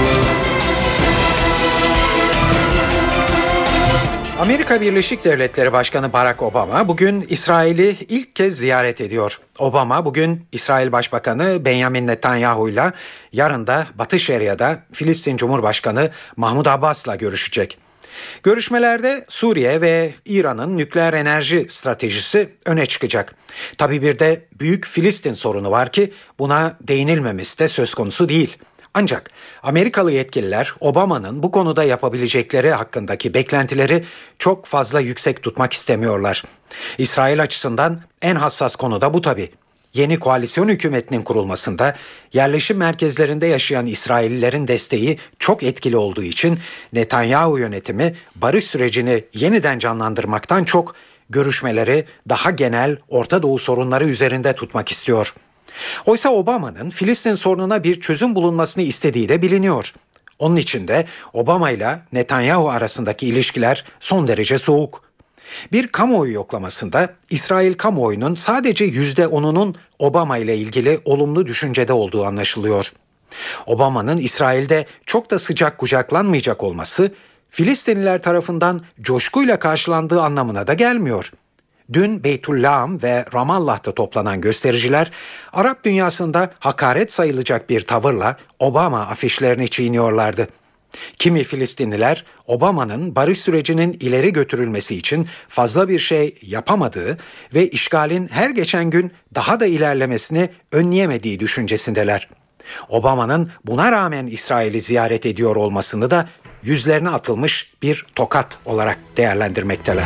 Amerika Birleşik Devletleri Başkanı Barack Obama bugün İsrail'i ilk kez ziyaret ediyor. Obama bugün İsrail Başbakanı Benjamin Netanyahu ile yarın da Batı Şeria'da Filistin Cumhurbaşkanı Mahmud Abbas'la görüşecek. Görüşmelerde Suriye ve İran'ın nükleer enerji stratejisi öne çıkacak. Tabii bir de büyük Filistin sorunu var ki buna değinilmemesi de söz konusu değil. Ancak Amerikalı yetkililer Obama'nın bu konuda yapabilecekleri hakkındaki beklentileri çok fazla yüksek tutmak istemiyorlar. İsrail açısından en hassas konu da bu tabii. Yeni koalisyon hükümetinin kurulmasında yerleşim merkezlerinde yaşayan İsraillilerin desteği çok etkili olduğu için Netanyahu yönetimi barış sürecini yeniden canlandırmaktan çok görüşmeleri daha genel Orta Doğu sorunları üzerinde tutmak istiyor. Oysa Obama'nın Filistin sorununa bir çözüm bulunmasını istediği de biliniyor. Onun için de Obama ile Netanyahu arasındaki ilişkiler son derece soğuk. Bir kamuoyu yoklamasında İsrail kamuoyunun sadece %10'unun Obama ile ilgili olumlu düşüncede olduğu anlaşılıyor. Obama'nın İsrail'de çok da sıcak kucaklanmayacak olması Filistinliler tarafından coşkuyla karşılandığı anlamına da gelmiyor. Dün Beytüllahım ve Ramallah'ta toplanan göstericiler Arap dünyasında hakaret sayılacak bir tavırla Obama afişlerini çiğniyorlardı. Kimi Filistinliler Obama'nın barış sürecinin ileri götürülmesi için fazla bir şey yapamadığı ve işgalin her geçen gün daha da ilerlemesini önleyemediği düşüncesindeler. Obama'nın buna rağmen İsrail'i ziyaret ediyor olmasını da yüzlerine atılmış bir tokat olarak değerlendirmekteler.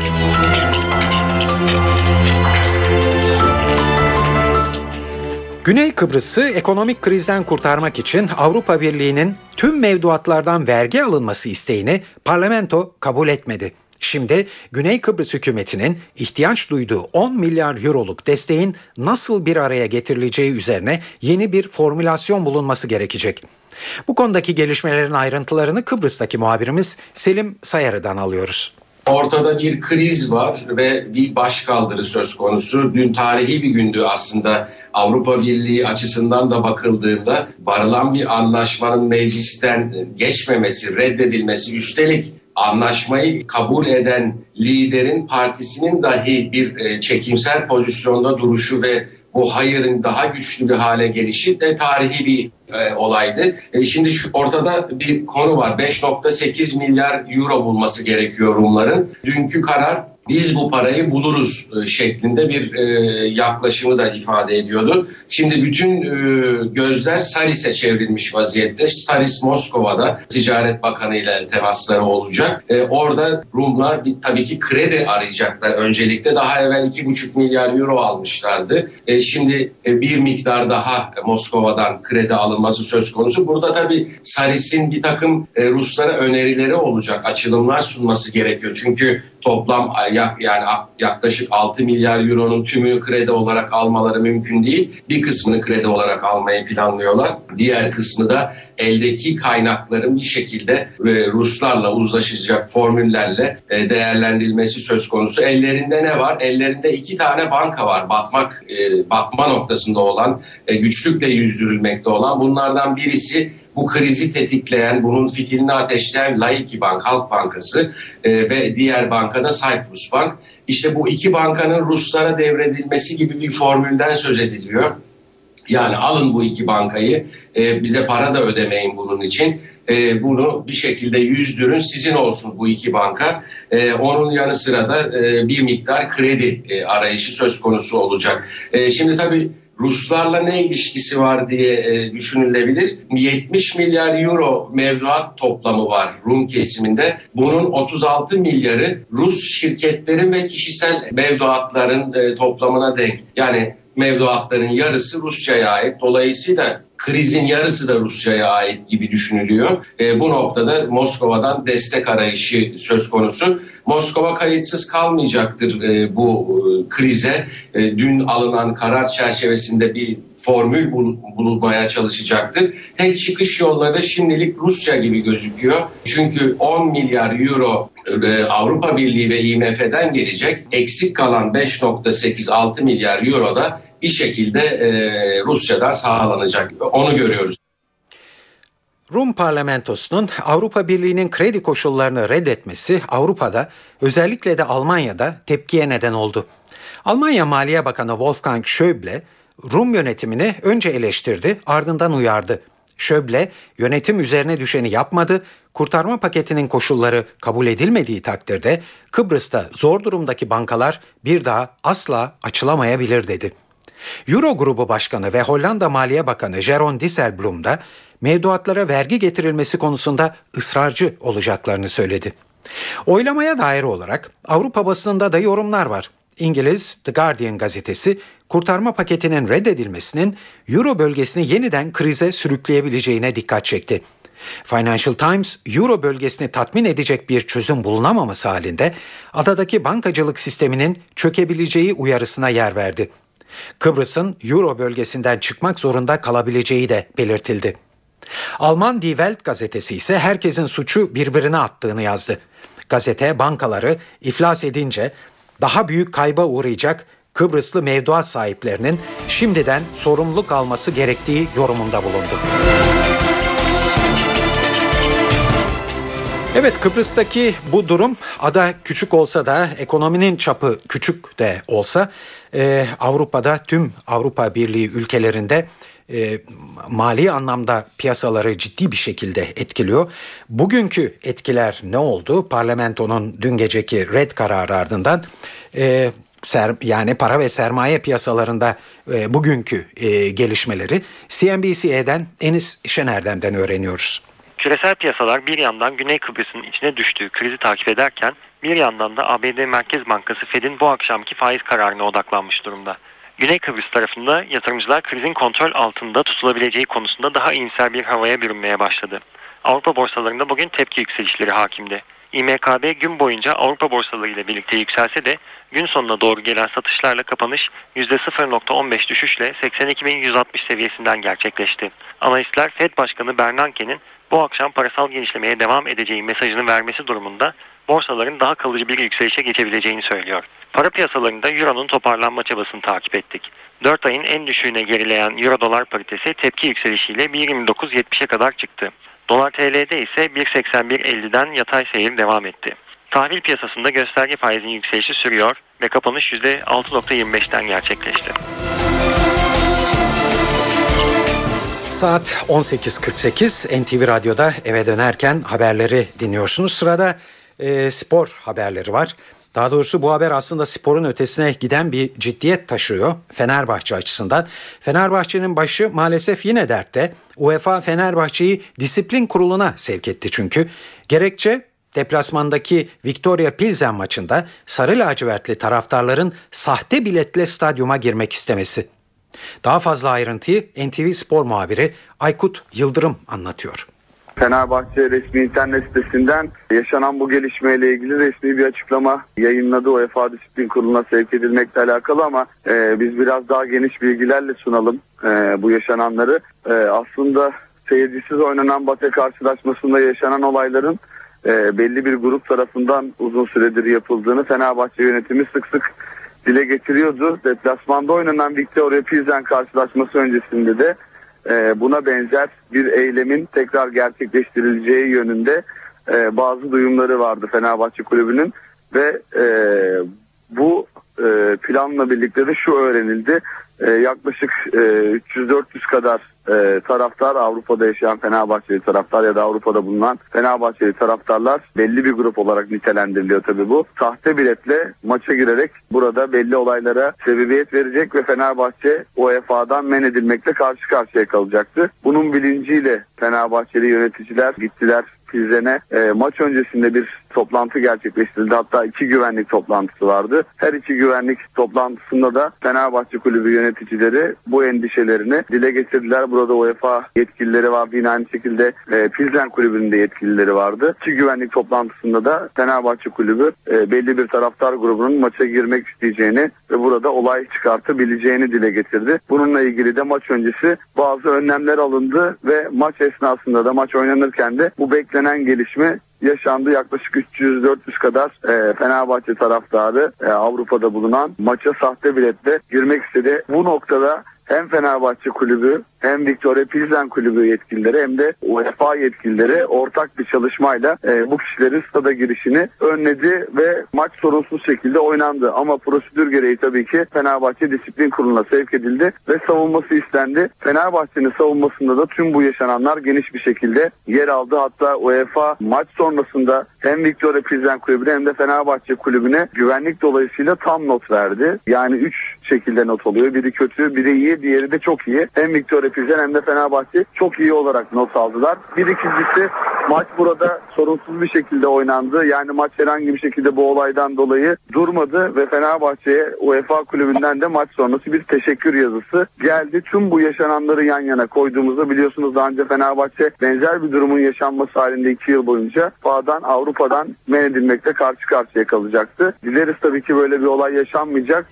Güney Kıbrıs'ı ekonomik krizden kurtarmak için Avrupa Birliği'nin tüm mevduatlardan vergi alınması isteğini parlamento kabul etmedi. Şimdi Güney Kıbrıs hükümetinin ihtiyaç duyduğu 10 milyar euroluk desteğin nasıl bir araya getirileceği üzerine yeni bir formülasyon bulunması gerekecek. Bu konudaki gelişmelerin ayrıntılarını Kıbrıs'taki muhabirimiz Selim Sayarı'dan alıyoruz. Ortada bir kriz var ve bir başkaldırı söz konusu. Dün tarihi bir gündü aslında. Avrupa Birliği açısından da bakıldığında varılan bir anlaşmanın meclisten geçmemesi, reddedilmesi, üstelik anlaşmayı kabul eden liderin partisinin dahi bir çekimser pozisyonda duruşu ve bu hayırın daha güçlü bir hale gelişi de tarihi bir olaydı. Şimdi ortada bir konu var. 5.8 milyar euro bulması gerekiyor Rumların. Dünkü karar biz bu parayı buluruz şeklinde bir yaklaşımı da ifade ediyordu. Şimdi bütün gözler Saris'e çevrilmiş vaziyette. Saris Moskova'da Ticaret Bakanı ile temasları olacak. Orada Rumlar tabii ki kredi arayacaklar. Öncelikle daha evvel 2,5 milyar euro almışlardı. Şimdi bir miktar daha Moskova'dan kredi alınması söz konusu. Burada tabii Saris'in bir takım Ruslara önerileri olacak. Açılımlar sunması gerekiyor. Çünkü toplam yani yaklaşık 6 milyar euronun tümünü kredi olarak almaları mümkün değil. Bir kısmını kredi olarak almayı planlıyorlar. Diğer kısmı da eldeki kaynakların bir şekilde Ruslarla uzlaşacak formüllerle değerlendirilmesi söz konusu. Ellerinde ne var? Ellerinde 2 tane banka var. Batma noktasında olan, güçlükle yüzdürülmekte olan. Bunlardan birisi bu krizi tetikleyen, bunun fitilini ateşleyen Laiki Bank, Halk Bankası ve diğer banka da Cyprus Bank. İşte bu iki bankanın Ruslara devredilmesi gibi bir formülden söz ediliyor. Yani alın bu iki bankayı, bize para da ödemeyin bunun için. Bunu bir şekilde yüzdürün, sizin olsun bu iki banka. Onun yanı sıra da bir miktar kredi arayışı söz konusu olacak. Şimdi tabii Ruslarla ne ilişkisi var diye düşünülebilir. 70 milyar euro mevduat toplamı var Rum kesiminde. Bunun 36 milyarı Rus şirketlerin ve kişisel mevduatların toplamına denk. Yani mevduatların yarısı Rusya'ya ait. Dolayısıyla krizin yarısı da Rusya'ya ait gibi düşünülüyor. Bu noktada Moskova'dan destek arayışı söz konusu. Moskova kayıtsız kalmayacaktır bu krize. Dün alınan karar çerçevesinde bir formül bulunmaya çalışacaktır. Tek çıkış yolları şimdilik Rusya gibi gözüküyor. Çünkü 10 milyar euro Avrupa Birliği ve IMF'den gelecek. Eksik kalan 5.8-6 milyar euro da bir şekilde Rusya'dan sağlanacak. Onu görüyoruz. Rum parlamentosunun Avrupa Birliği'nin kredi koşullarını reddetmesi Avrupa'da, özellikle de Almanya'da tepkiye neden oldu. Almanya Maliye Bakanı Wolfgang Schäuble, Rum yönetimini önce eleştirdi, ardından uyardı. Schäuble, yönetim üzerine düşeni yapmadı, kurtarma paketinin koşulları kabul edilmediği takdirde Kıbrıs'ta zor durumdaki bankalar bir daha asla açılamayabilir dedi. Euro Grubu Başkanı ve Hollanda Maliye Bakanı Jeroen Dijsselbloem da mevduatlara vergi getirilmesi konusunda ısrarcı olacaklarını söyledi. Oylamaya dair olarak Avrupa basınında da yorumlar var. İngiliz The Guardian gazetesi kurtarma paketinin reddedilmesinin Euro bölgesini yeniden krize sürükleyebileceğine dikkat çekti. Financial Times, Euro bölgesini tatmin edecek bir çözüm bulunamaması halinde adadaki bankacılık sisteminin çökebileceği uyarısına yer verdi. Kıbrıs'ın Euro bölgesinden çıkmak zorunda kalabileceği de belirtildi. Alman Die Welt gazetesi ise herkesin suçu birbirine attığını yazdı. Gazete bankaları iflas edince daha büyük kayba uğrayacak Kıbrıslı mevduat sahiplerinin şimdiden sorumluluk alması gerektiği yorumunda bulundu. Evet, Kıbrıs'taki bu durum, ada küçük olsa da, ekonominin çapı küçük de olsa Avrupa'da, tüm Avrupa Birliği ülkelerinde mali anlamda piyasaları ciddi bir şekilde etkiliyor. Bugünkü etkiler ne oldu? Parlamentonun dün geceki red kararı ardından yani para ve sermaye piyasalarında bugünkü gelişmeleri CNBC'den Enis Şener'den öğreniyoruz. Küresel piyasalar bir yandan Güney Kıbrıs'ın içine düştüğü krizi takip ederken bir yandan da ABD Merkez Bankası Fed'in bu akşamki faiz kararına odaklanmış durumda. Güney Kıbrıs tarafında yatırımcılar krizin kontrol altında tutulabileceği konusunda daha iyimser bir havaya bürünmeye başladı. Avrupa borsalarında bugün tepki yükselişleri hakimdi. İMKB gün boyunca Avrupa borsaları ile birlikte yükselse de gün sonuna doğru gelen satışlarla kapanış %0.15 düşüşle 82.160 seviyesinden gerçekleşti. Analistler Fed Başkanı Bernanke'nin bu akşam parasal genişlemeye devam edeceği mesajını vermesi durumunda borsaların daha kalıcı bir yükselişe geçebileceğini söylüyor. Para piyasalarında Euro'nun toparlanma çabasını takip ettik. 4 ayın en düşüğüne gerileyen Euro-Dolar paritesi tepki yükselişiyle 1.29.70'e kadar çıktı. Dolar TL'de ise 1.81.50'den yatay seyir devam etti. Tahvil piyasasında gösterge faizinin yükselişi sürüyor ve kapanış %6.25'ten gerçekleşti. Saat 18.48, NTV Radyo'da eve dönerken haberleri dinliyorsunuz. Sırada spor haberleri var. Daha doğrusu bu haber aslında sporun ötesine giden bir ciddiyet taşıyor Fenerbahçe açısından. Fenerbahçe'nin başı maalesef yine dertte. UEFA Fenerbahçe'yi disiplin kuruluna sevk etti çünkü. Gerekçe deplasmandaki Viktoria Pilsen maçında sarı lacivertli taraftarların sahte biletle stadyuma girmek istemesi. Daha fazla ayrıntıyı NTV Spor muhabiri Aykut Yıldırım anlatıyor. Fenerbahçe resmi internet sitesinden yaşanan bu gelişmeyle ilgili resmi bir açıklama yayınladı. UEFA Disiplin Kurulu'na sevk edilmekle alakalı ama biz biraz daha geniş bilgilerle sunalım bu yaşananları. Aslında seyircisiz oynanan Bate karşılaşmasında yaşanan olayların belli bir grup tarafından uzun süredir yapıldığını Fenerbahçe yönetimi sık sık dile getiriyordu. Deplasmanda oynanan Viktoria Pilsen karşılaşması öncesinde de buna benzer bir eylemin tekrar gerçekleştirileceği yönünde bazı duyumları vardı Fenerbahçe Kulübü'nün ve bu planla birlikte de şu öğrenildi. Yaklaşık 300-400 kadar taraftar, Avrupa'da yaşayan Fenerbahçeli taraftar ya da Avrupa'da bulunan Fenerbahçeli taraftarlar belli bir grup olarak nitelendiriliyor tabii bu. Sahte biletle maça girerek burada belli olaylara sebebiyet verecek ve Fenerbahçe UEFA'dan men edilmekle karşı karşıya kalacaktı. Bunun bilinciyle Fenerbahçeli yöneticiler gittiler Pilsen'e. Maç öncesinde bir toplantı gerçekleştirildi. Hatta 2 güvenlik toplantısı vardı. Her 2 güvenlik toplantısında da Fenerbahçe Kulübü yöneticileri bu endişelerini dile getirdiler. Burada UEFA yetkilileri vardı. Yine aynı şekilde Pilsen Kulübü'nün de yetkilileri vardı. 2 güvenlik toplantısında da Fenerbahçe Kulübü belli bir taraftar grubunun maça girmek isteyeceğini ve burada olay çıkartabileceğini dile getirdi. Bununla ilgili de maç öncesi bazı önlemler alındı ve maç esnasında da maç oynanırken de bu beklenen gelişme yaşandı. Yaklaşık 300-400 kadar Fenerbahçe taraftarı Avrupa'da bulunan maça sahte biletle girmek istedi. Bu noktada hem Fenerbahçe Kulübü hem Victoria Pilsen Kulübü yetkilileri hem de UEFA yetkilileri ortak bir çalışmayla bu kişilerin stada girişini önledi ve maç sorunsuz şekilde oynandı. Ama prosedür gereği tabii ki Fenerbahçe Disiplin Kurulu'na sevk edildi ve savunması istendi. Fenerbahçe'nin savunmasında da tüm bu yaşananlar geniş bir şekilde yer aldı. Hatta UEFA maç sonrasında hem Victoria Pilsen Kulübü'ne hem de Fenerbahçe Kulübü'ne güvenlik dolayısıyla tam not verdi. Yani 3 şekilde not oluyor. Biri kötü, biri iyi, diğeri de çok iyi. Hem Victoria Pilsen hem de Fenerbahçe çok iyi olarak not aldılar. Bir ikincisi maç burada sorunsuz bir şekilde oynandı. Yani maç herhangi bir şekilde bu olaydan dolayı durmadı ve Fenerbahçe'ye UEFA kulübünden de maç sonrası bir teşekkür yazısı geldi. Tüm bu yaşananları yan yana koyduğumuzda biliyorsunuz daha önce Fenerbahçe benzer bir durumun yaşanması halinde 2 yıl boyunca Avrupa'dan men edilmekte karşı karşıya kalacaktı. Dileriz tabii ki böyle bir olay yaşanmayacak.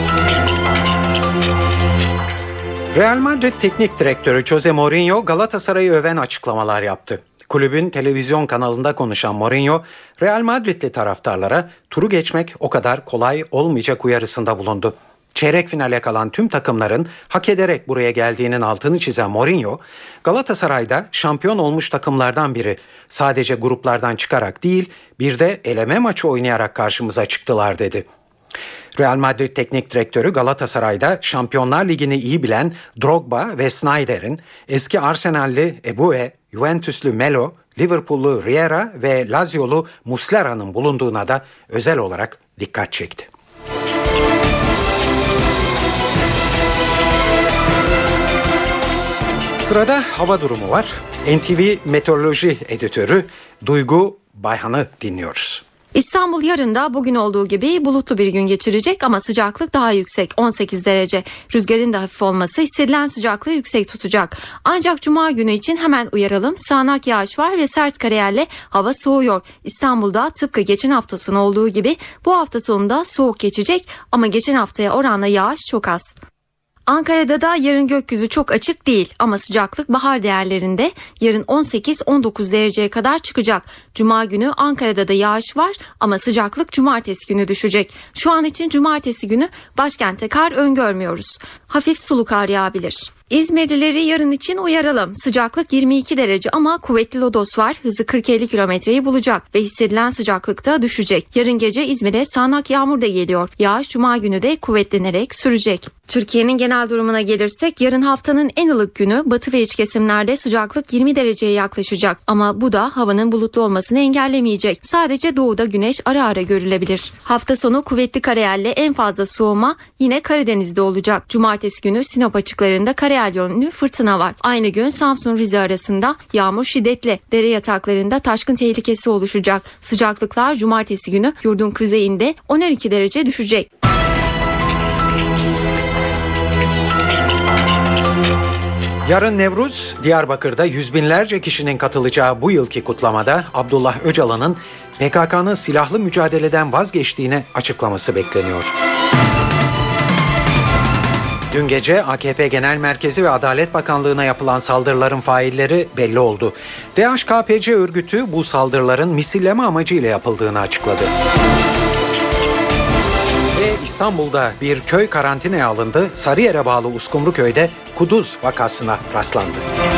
Real Madrid Teknik Direktörü Jose Mourinho Galatasaray'ı öven açıklamalar yaptı. Kulübün televizyon kanalında konuşan Mourinho, Real Madrid'li taraftarlara turu geçmek o kadar kolay olmayacak uyarısında bulundu. Çeyrek finale kalan tüm takımların hak ederek buraya geldiğinin altını çizen Mourinho, Galatasaray'da şampiyon olmuş takımlardan biri sadece gruplardan çıkarak değil, bir de eleme maçı oynayarak karşımıza çıktılar dedi. Real Madrid Teknik Direktörü Galatasaray'da Şampiyonlar Ligi'ni iyi bilen Drogba ve Sneijder'in, eski Arsenal'li Ebue, Juventus'lu Melo, Liverpool'lu Riera ve Lazio'lu Muslera'nın bulunduğuna da özel olarak dikkat çekti. Sırada hava durumu var. NTV Meteoroloji Editörü Duygu Bayhan'ı dinliyoruz. İstanbul yarın da bugün olduğu gibi bulutlu bir gün geçirecek ama sıcaklık daha yüksek 18 derece. Rüzgarın da hafif olması hissedilen sıcaklığı yüksek tutacak. Ancak cuma günü için hemen uyaralım, sağanak yağış var ve sert karayelli hava soğuyor. İstanbul'da tıpkı geçen hafta sonu olduğu gibi bu hafta sonunda soğuk geçecek ama geçen haftaya oranla yağış çok az. Ankara'da da yarın gökyüzü çok açık değil ama sıcaklık bahar değerlerinde, yarın 18-19 dereceye kadar çıkacak. Cuma günü Ankara'da da yağış var ama sıcaklık cumartesi günü düşecek. Şu an için cumartesi günü başkentte kar öngörmüyoruz. Hafif sulu kar yağabilir. İzmirlileri yarın için uyaralım. Sıcaklık 22 derece ama kuvvetli lodos var. Hızı 40-50 kilometreyi bulacak ve hissedilen sıcaklık da düşecek. Yarın gece İzmir'e sağanak yağmur da geliyor. Yağış cuma günü de kuvvetlenerek sürecek. Türkiye'nin genel durumuna gelirsek yarın haftanın en ılık günü, batı ve iç kesimlerde sıcaklık 20 dereceye yaklaşacak. Ama bu da havanın bulutlu olmasını engellemeyecek. Sadece doğuda güneş ara ara görülebilir. Hafta sonu kuvvetli karayelle en fazla soğuma yine Karadeniz'de olacak. Cumartesi günü Sinop açıklarında karayel yönlü fırtına var. Aynı gün Samsun-Rize arasında yağmur şiddetli. Dere yataklarında taşkın tehlikesi oluşacak. Sıcaklıklar cumartesi günü yurdun kuzeyinde 12 derece düşecek. Yarın Nevruz, Diyarbakır'da yüz binlerce kişinin katılacağı bu yılki kutlamada Abdullah Öcalan'ın PKK'nın silahlı mücadeleden vazgeçtiğini açıklaması bekleniyor. Dün gece AKP Genel Merkezi ve Adalet Bakanlığı'na yapılan saldırıların failleri belli oldu. DHKPC örgütü bu saldırıların misilleme amacıyla yapıldığını açıkladı. Ve İstanbul'da bir köy karantinaya alındı. Sarıyer'e bağlı Uskumruköy'de kuduz vakasına rastlandı.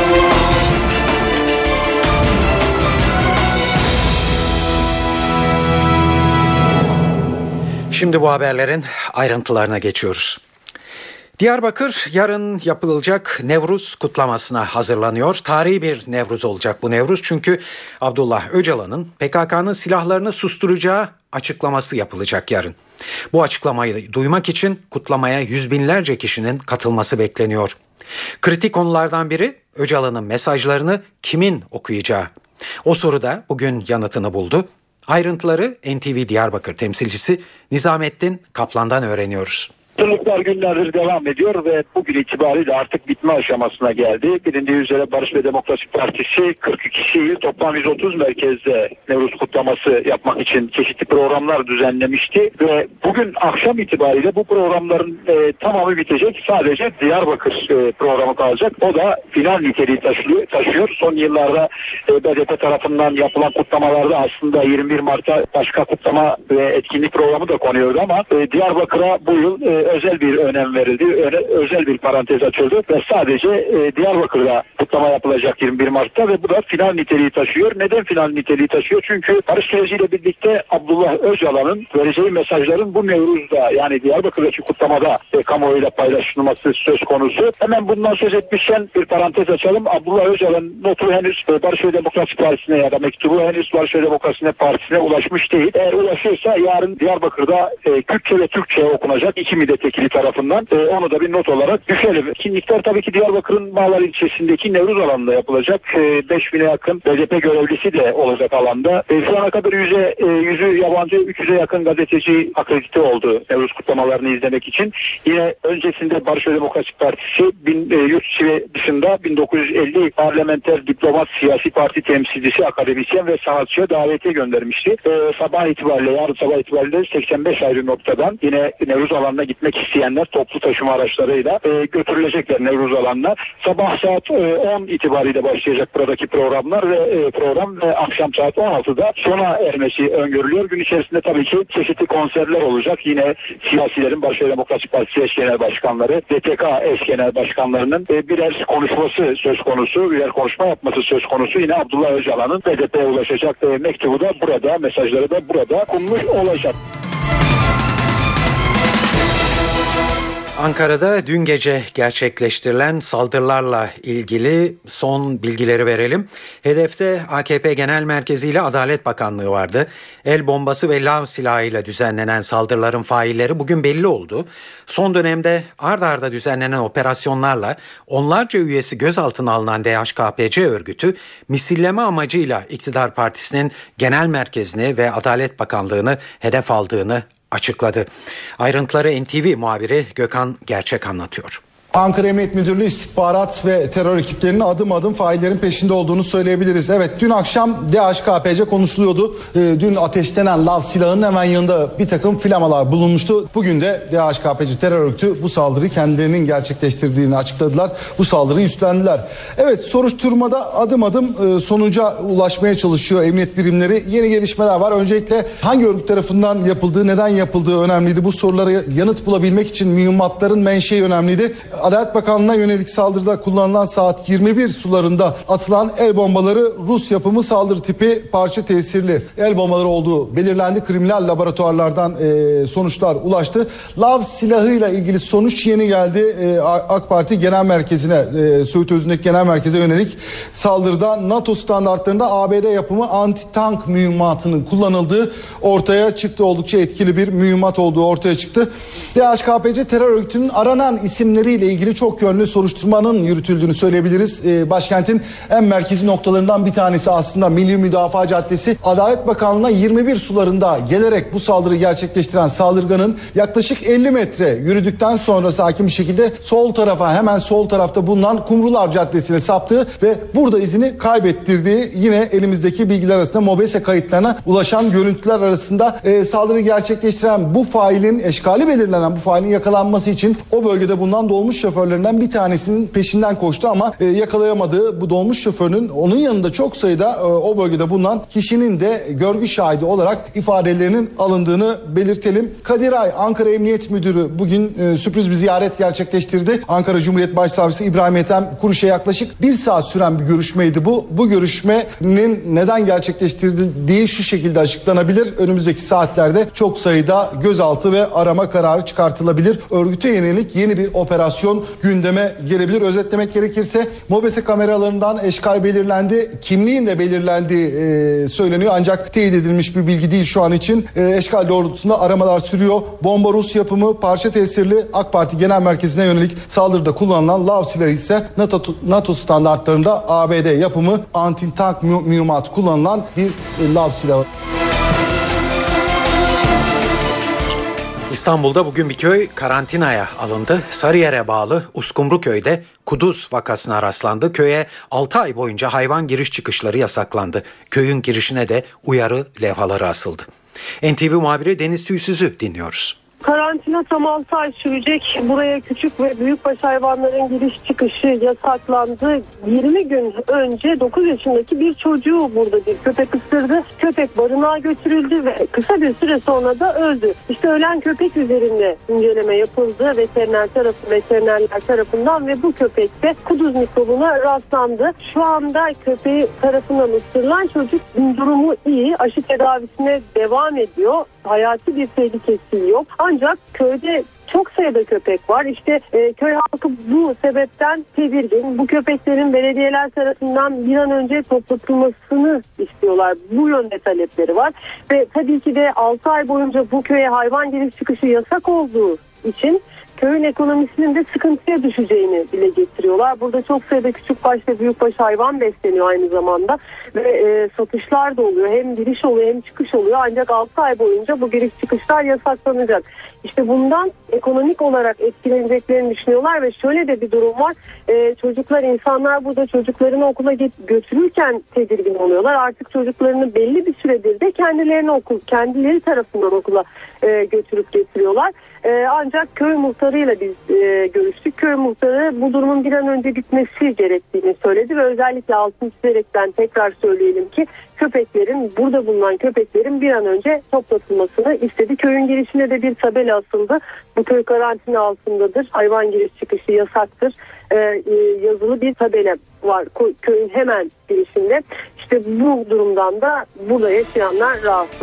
Şimdi bu haberlerin ayrıntılarına geçiyoruz. Diyarbakır yarın yapılacak Nevruz kutlamasına hazırlanıyor. Tarihi bir Nevruz olacak bu Nevruz çünkü Abdullah Öcalan'ın PKK'nın silahlarını susturacağı açıklaması yapılacak yarın. Bu açıklamayı duymak için kutlamaya yüz binlerce kişinin katılması bekleniyor. Kritik konulardan biri Öcalan'ın mesajlarını kimin okuyacağı. O soru da bugün yanıtını buldu. Ayrıntıları NTV Diyarbakır temsilcisi Nizamettin Kaplan'dan öğreniyoruz. Hazırlıklar günlerdir devam ediyor ve bugün itibariyle artık bitme aşamasına geldi. Bilindiği üzere Barış ve Demokrasi Partisi 42 şehir toplam 130 merkezde Nevruz kutlaması yapmak için çeşitli programlar düzenlemişti. Ve bugün akşam itibariyle bu programların tamamı bitecek. Sadece Diyarbakır programı kalacak. O da final niteliği taşıyor. Son yıllarda BDP tarafından yapılan kutlamalarda aslında 21 Mart'ta başka kutlama ve etkinlik programı da konuyordu ama Diyarbakır'a bu yıl özel bir önem verildi. Özel bir parantez açıldı ve sadece Diyarbakır'da kutlama yapılacak 21 Mart'ta ve bu da final niteliği taşıyor. Neden final niteliği taşıyor? Çünkü barış süreciyle birlikte Abdullah Öcalan'ın vereceği mesajların bu Nevruz'da yani Diyarbakır'daki kutlamada kamuoyuyla paylaşılması söz konusu. Hemen bundan söz etmişken bir parantez açalım. Abdullah Öcalan notu henüz Barış ve Demokrasi Partisi'ne ya da mektubu henüz Barış ve Demokrasi Partisi'ne ulaşmış değil. Eğer ulaşırsa yarın Diyarbakır'da Kürtçe ve Türkçe okunacak 2 milletvekili tarafından. Onu da bir not olarak düşelim. Etkinlikler tabii ki Diyarbakır'ın Bağlar ilçesindeki Nevruz alanında yapılacak. 5000'e yakın BDP görevlisi de olacak alanda. Şu ana kadar yüzü yabancı 300'e yakın gazeteci akredite oldu Nevruz kutlamalarını izlemek için. Yine öncesinde Barış ve Demokrasi Partisi yurt içi dışında 1950 parlamenter diplomat, siyasi parti temsilcisi, akademisyen ve sanatçıya davetiye göndermişti. Yarın sabah itibariyle 85 ayrı noktadan yine Nevruz alanına gitmek isteyenler toplu taşıma araçlarıyla götürülecekler Nevruz alanına. Sabah saat 10 itibariyle başlayacak buradaki programlar ve program ve akşam saat 16'da sona ermesi öngörülüyor. Gün içerisinde tabii ki çeşitli konserler olacak. Yine siyasilerin, Barış ve Demokrasi Partisi eş genel başkanları, DTK eş genel başkanlarının birer konuşması söz konusu, birer konuşma yapması söz konusu. Yine Abdullah Öcalan'ın BDP'ye ulaşacak mektubu da burada, mesajları da burada konmuş olacak. Ankara'da dün gece gerçekleştirilen saldırılarla ilgili son bilgileri verelim. Hedefte AKP Genel Merkezi ile Adalet Bakanlığı vardı. El bombası ve lav silahıyla düzenlenen saldırıların failleri bugün belli oldu. Son dönemde ard arda düzenlenen operasyonlarla onlarca üyesi gözaltına alınan DHKPC örgütü misilleme amacıyla iktidar partisinin genel merkezini ve Adalet Bakanlığı'nı hedef aldığını açıkladı. Ayrıntıları NTV muhabiri Gökhan Gerçek anlatıyor. Ankara Emniyet Müdürlüğü istihbarat ve terör ekiplerinin adım adım faillerin peşinde olduğunu söyleyebiliriz. Evet, dün akşam DHKPC konuşuluyordu. Dün ateşlenen lav silahının hemen yanında bir takım flamalar bulunmuştu. Bugün de DHKPC terör örgütü bu saldırıyı kendilerinin gerçekleştirdiğini açıkladılar. Bu saldırıyı üstlendiler. Evet, soruşturmada adım adım sonuca ulaşmaya çalışıyor emniyet birimleri. Yeni gelişmeler var. Öncelikle hangi örgüt tarafından yapıldığı, neden yapıldığı önemliydi. Bu sorulara yanıt bulabilmek için mühimmatların menşei önemliydi. Adalet Bakanlığı'na yönelik saldırıda kullanılan saat 21 sularında atılan el bombaları Rus yapımı saldırı tipi parça tesirli el bombaları olduğu belirlendi. Kriminal laboratuvarlardan sonuçlar ulaştı. Lav silahıyla ilgili sonuç yeni geldi. AK Parti Genel Merkezi'ne, Söğüt Özü'ndeki Genel Merkez'e yönelik saldırıda NATO standartlarında ABD yapımı anti-tank mühimmatının kullanıldığı ortaya çıktı. Oldukça etkili bir mühimmat olduğu ortaya çıktı. DHKPC terör örgütünün aranan isimleriyle ilgili çok yönlü soruşturmanın yürütüldüğünü söyleyebiliriz. Başkentin en merkezi noktalarından bir tanesi aslında Milli Müdafaa Caddesi. Adalet Bakanlığı'na 21 sularında gelerek bu saldırıyı gerçekleştiren saldırganın yaklaşık 50 metre yürüdükten sonra sakin bir şekilde hemen sol tarafta bulunan Kumrular Caddesi'ne saptığı ve burada izini kaybettirdiği yine elimizdeki bilgiler arasında MOBESE kayıtlarına ulaşan görüntüler arasında saldırıyı gerçekleştiren bu failin, eşkali belirlenen bu failin yakalanması için o bölgede bulunan dolmuş şoförlerinden bir tanesinin peşinden koştu ama yakalayamadığı bu dolmuş şoförünün onun yanında çok sayıda o bölgede bulunan kişinin de görgü şahidi olarak ifadelerinin alındığını belirtelim. Kadir Ay, Ankara Emniyet Müdürü bugün sürpriz bir ziyaret gerçekleştirdi. Ankara Cumhuriyet Başsavcısı İbrahim Ethem Kuruş'a yaklaşık 1 saat süren bir görüşmeydi bu. Bu görüşmenin neden gerçekleştirildiği şu şekilde açıklanabilir. Önümüzdeki saatlerde çok sayıda gözaltı ve arama kararı çıkartılabilir. Örgüte yönelik yeni bir operasyon gündeme gelebilir. Özetlemek gerekirse MOBESE kameralarından eşkal belirlendi. Kimliğin de belirlendiği söyleniyor ancak teyit edilmiş bir bilgi değil şu an için. Eşkal doğrultusunda aramalar sürüyor. Bomba Rus yapımı, parça tesirli. AK Parti Genel Merkezi'ne yönelik saldırıda kullanılan lav silahı ise NATO standartlarında ABD yapımı anti-tank mühimmat kullanılan bir lav silahı. İstanbul'da bugün bir köy karantinaya alındı. Sarıyer'e bağlı Uskumruköy'de kuduz vakasına rastlandı. Köye 6 ay boyunca hayvan giriş çıkışları yasaklandı. Köyün girişine de uyarı levhaları asıldı. NTV muhabiri Deniz Tüysüz'ü dinliyoruz. Karantina tam 6 ay sürecek. Buraya küçük ve büyükbaş hayvanların giriş çıkışı yasaklandı. 20 gün önce 9 yaşındaki bir çocuğu burada bir köpek ısırdı. Köpek barınağa götürüldü ve kısa bir süre sonra da öldü. İşte ölen köpek üzerinde inceleme yapıldı veterinerler tarafından ve bu köpekte kuduz mikrobuna rastlandı. Şu anda köpeği tarafından ısırılan çocuk durumu iyi. Aşı tedavisine devam ediyor. Hayati bir tehlikesi yok. Ancak köyde çok sayıda köpek var. İşte köy halkı bu sebepten tedirgin. Bu köpeklerin belediyeler tarafından bir an önce toplatılmasını istiyorlar. Bu yönde talepleri var. Ve tabii ki de 6 ay boyunca bu köye hayvan giriş çıkışı yasak olduğu için köyün ekonomisinin de sıkıntıya düşeceğini dile getiriyorlar. Burada çok sayıda küçükbaş ve büyükbaş hayvan besleniyor aynı zamanda. Ve satışlar da oluyor. Hem giriş oluyor hem çıkış oluyor. Ancak 6 ay boyunca bu giriş çıkışlar yasaklanacak. İşte bundan ekonomik olarak etkileneceklerini düşünüyorlar ve şöyle de bir durum var. İnsanlar burada çocuklarını okula götürürken tedirgin oluyorlar. Artık çocuklarını belli bir süredir de kendileri tarafından okula götürüp getiriyorlar. Ancak köy muhtarıyla biz görüştük. Köy muhtarı bu durumun bir an önce bitmesi gerektiğini söyledi ve özellikle altını çizerekten tekrar söyleyelim ki burada bulunan köpeklerin bir an önce toplatılmasını istedi. Köyün girişine de bir tabela asıldı. Bu köy karantina altındadır. Hayvan giriş çıkışı yasaktır. Yazılı bir tabela var köyün hemen girişinde. İşte bu durumdan da burada yaşayanlar rahatsız.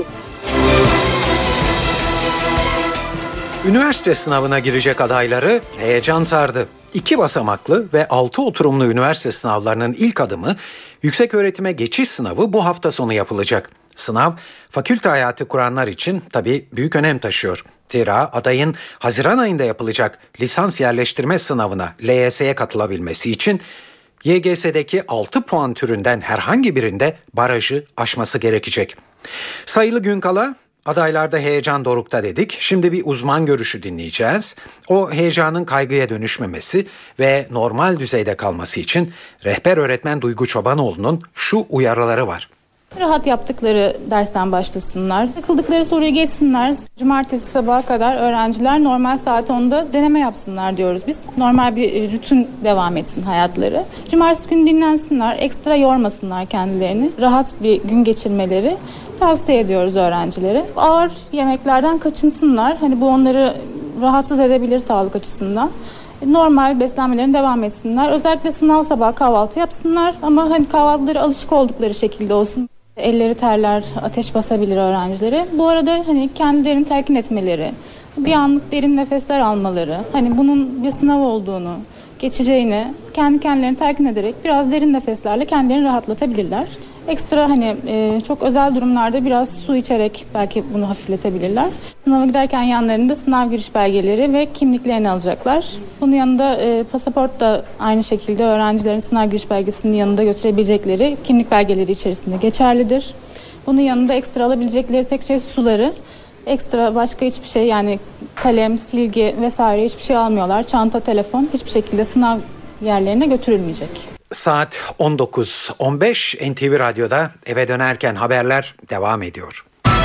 Üniversite sınavına girecek adayları heyecan sardı. 2 basamaklı ve 6 oturumlu üniversite sınavlarının ilk adımı yükseköğretime geçiş sınavı bu hafta sonu yapılacak. Sınav fakülte hayatı kuranlar için tabii büyük önem taşıyor. Zira adayın Haziran ayında yapılacak lisans yerleştirme sınavına LYS'ye katılabilmesi için YGS'deki 6 puan türünden herhangi birinde barajı aşması gerekecek. Sayılı gün kala adaylarda heyecan dorukta dedik. Şimdi bir uzman görüşü dinleyeceğiz. O heyecanın kaygıya dönüşmemesi ve normal düzeyde kalması için rehber öğretmen Duygu Çobanoğlu'nun şu uyarıları var. Rahat yaptıkları dersten başlasınlar. Takıldıkları soruyu geçsinler. Cumartesi sabaha kadar öğrenciler normal saat 10'da deneme yapsınlar diyoruz biz. Normal bir rutin devam etsin hayatları. Cumartesi günü dinlensinler. Ekstra yormasınlar kendilerini. Rahat bir gün geçirmeleri tavsiye ediyoruz öğrencilere. Ağır yemeklerden kaçınsınlar. Bu onları rahatsız edebilir sağlık açısından. Normal beslenmelerine devam etsinler. Özellikle sınav sabahı kahvaltı yapsınlar. Ama kahvaltıları alışık oldukları şekilde olsun. Elleri terler, ateş basabilir öğrencilere. Bu arada kendilerini telkin etmeleri, bir anlık derin nefesler almaları, bunun bir sınav olduğunu, geçeceğini kendi kendilerini telkin ederek biraz derin nefeslerle kendilerini rahatlatabilirler. Ekstra çok özel durumlarda biraz su içerek belki bunu hafifletebilirler. Sınava giderken yanlarında sınav giriş belgeleri ve kimliklerini alacaklar. Bunun yanında pasaport da aynı şekilde öğrencilerin sınav giriş belgesinin yanında götürebilecekleri kimlik belgeleri içerisinde geçerlidir. Bunun yanında ekstra alabilecekleri tek şey suları. Ekstra başka hiçbir şey kalem, silgi vesaire hiçbir şey almıyorlar. Çanta, telefon hiçbir şekilde sınav yerlerine götürülmeyecek. Saat 19.15 NTV Radyo'da eve dönerken haberler devam ediyor.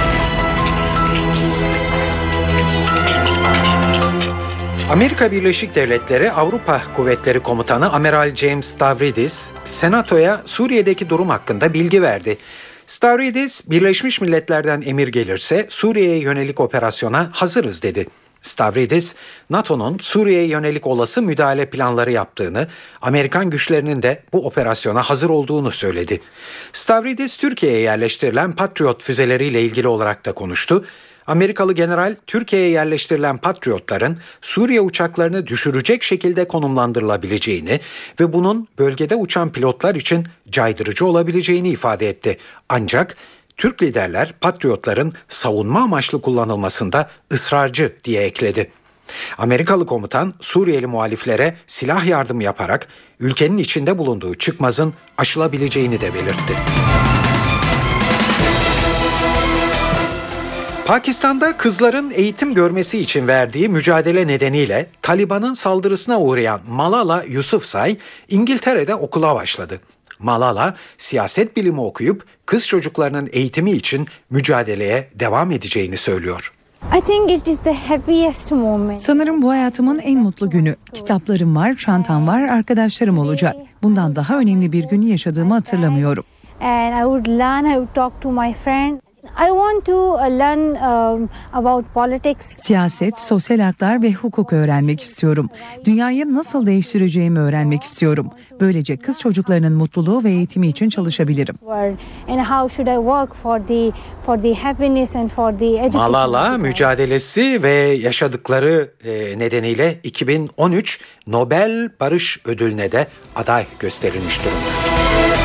Amerika Birleşik Devletleri Avrupa Kuvvetleri Komutanı Amiral James Stavridis, Senato'ya Suriye'deki durum hakkında bilgi verdi. Stavridis, Birleşmiş Milletler'den emir gelirse Suriye'ye yönelik operasyona hazırız dedi. Stavridis, NATO'nun Suriye'ye yönelik olası müdahale planları yaptığını, Amerikan güçlerinin de bu operasyona hazır olduğunu söyledi. Stavridis, Türkiye'ye yerleştirilen Patriot füzeleriyle ilgili olarak da konuştu. Amerikalı general, Türkiye'ye yerleştirilen Patriotların Suriye uçaklarını düşürecek şekilde konumlandırılabileceğini ve bunun bölgede uçan pilotlar için caydırıcı olabileceğini ifade etti. Ancak Türk liderler Patriotların savunma amaçlı kullanılmasında ısrarcı diye ekledi. Amerikalı komutan Suriyeli muhaliflere silah yardımı yaparak ülkenin içinde bulunduğu çıkmazın aşılabileceğini de belirtti. Pakistan'da kızların eğitim görmesi için verdiği mücadele nedeniyle Taliban'ın saldırısına uğrayan Malala Yousafzai İngiltere'de okula başladı. Malala siyaset bilimi okuyup kız çocuklarının eğitimi için mücadeleye devam edeceğini söylüyor. Sanırım bu hayatımın en mutlu günü. Kitaplarım var, çantam var, arkadaşlarım olacak. Bundan daha önemli bir günü yaşadığımı hatırlamıyorum. Siyaset, sosyal haklar ve hukuk öğrenmek istiyorum. Dünyayı nasıl değiştireceğimi öğrenmek istiyorum. Böylece kız çocuklarının mutluluğu ve eğitimi için çalışabilirim. Malala mücadelesi ve yaşadıkları nedeniyle 2013 Nobel Barış Ödülü'ne de aday gösterilmiş durumda.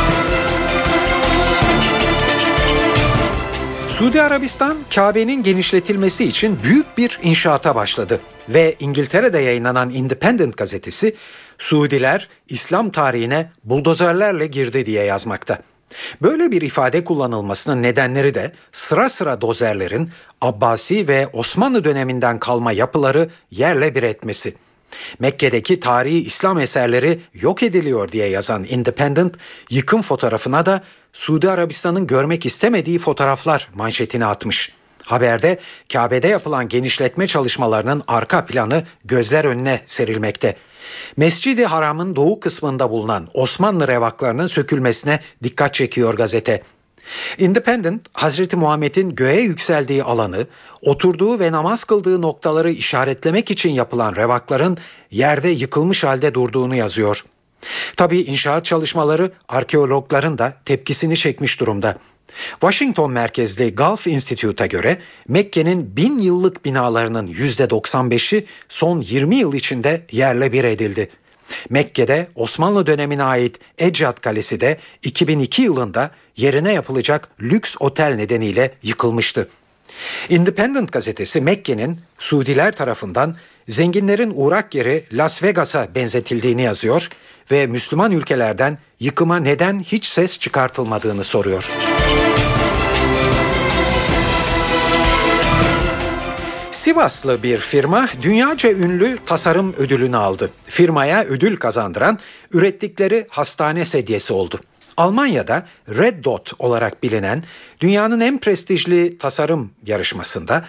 Suudi Arabistan, Kabe'nin genişletilmesi için büyük bir inşaata başladı ve İngiltere'de yayınlanan Independent gazetesi, Suudiler İslam tarihine buldozerlerle girdi diye yazmakta. Böyle bir ifade kullanılmasının nedenleri de sıra sıra dozerlerin Abbasi ve Osmanlı döneminden kalma yapıları yerle bir etmesi. Mekke'deki tarihi İslam eserleri yok ediliyor diye yazan Independent, yıkım fotoğrafına da Suudi Arabistan'ın görmek istemediği fotoğraflar manşetini atmış. Haberde Kabe'de yapılan genişletme çalışmalarının arka planı gözler önüne serilmekte. Mescid-i Haram'ın doğu kısmında bulunan Osmanlı revaklarının sökülmesine dikkat çekiyor gazete. Independent, Hazreti Muhammed'in göğe yükseldiği alanı, oturduğu ve namaz kıldığı noktaları işaretlemek için yapılan revakların yerde yıkılmış halde durduğunu yazıyor. Tabii inşaat çalışmaları arkeologların da tepkisini çekmiş durumda. Washington merkezli Gulf Institute'a göre Mekke'nin 1000 yıllık binalarının %95'i son 20 yıl içinde yerle bir edildi. Mekke'de Osmanlı dönemine ait Ecdat Kalesi de 2002 yılında yerine yapılacak lüks otel nedeniyle yıkılmıştı. Independent gazetesi Mekke'nin Suudiler tarafından zenginlerin uğrak yeri Las Vegas'a benzetildiğini yazıyor ve Müslüman ülkelerden yıkıma neden hiç ses çıkartılmadığını soruyor. Sivaslı bir firma dünyaca ünlü tasarım ödülünü aldı. Firmaya ödül kazandıran ürettikleri hastane sedyesi oldu. Almanya'da Red Dot olarak bilinen dünyanın en prestijli tasarım yarışmasında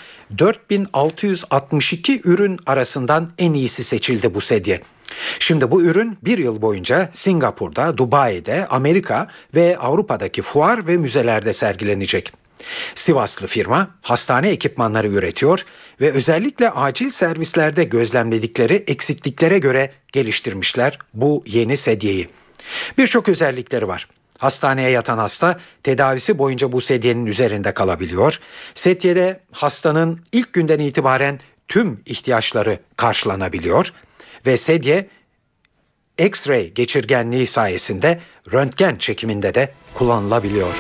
4662 ürün arasından en iyisi seçildi bu sedye. Şimdi bu ürün bir yıl boyunca Singapur'da, Dubai'de, Amerika ve Avrupa'daki fuar ve müzelerde sergilenecek. Sivaslı firma hastane ekipmanları üretiyor ve özellikle acil servislerde gözlemledikleri eksikliklere göre geliştirmişler bu yeni sedyeyi. Birçok özellikleri var. Hastaneye yatan hasta tedavisi boyunca bu sedyenin üzerinde kalabiliyor. Sedyede hastanın ilk günden itibaren tüm ihtiyaçları karşılanabiliyor ve sedye X-ray geçirgenliği sayesinde röntgen çekiminde de kullanılabiliyor.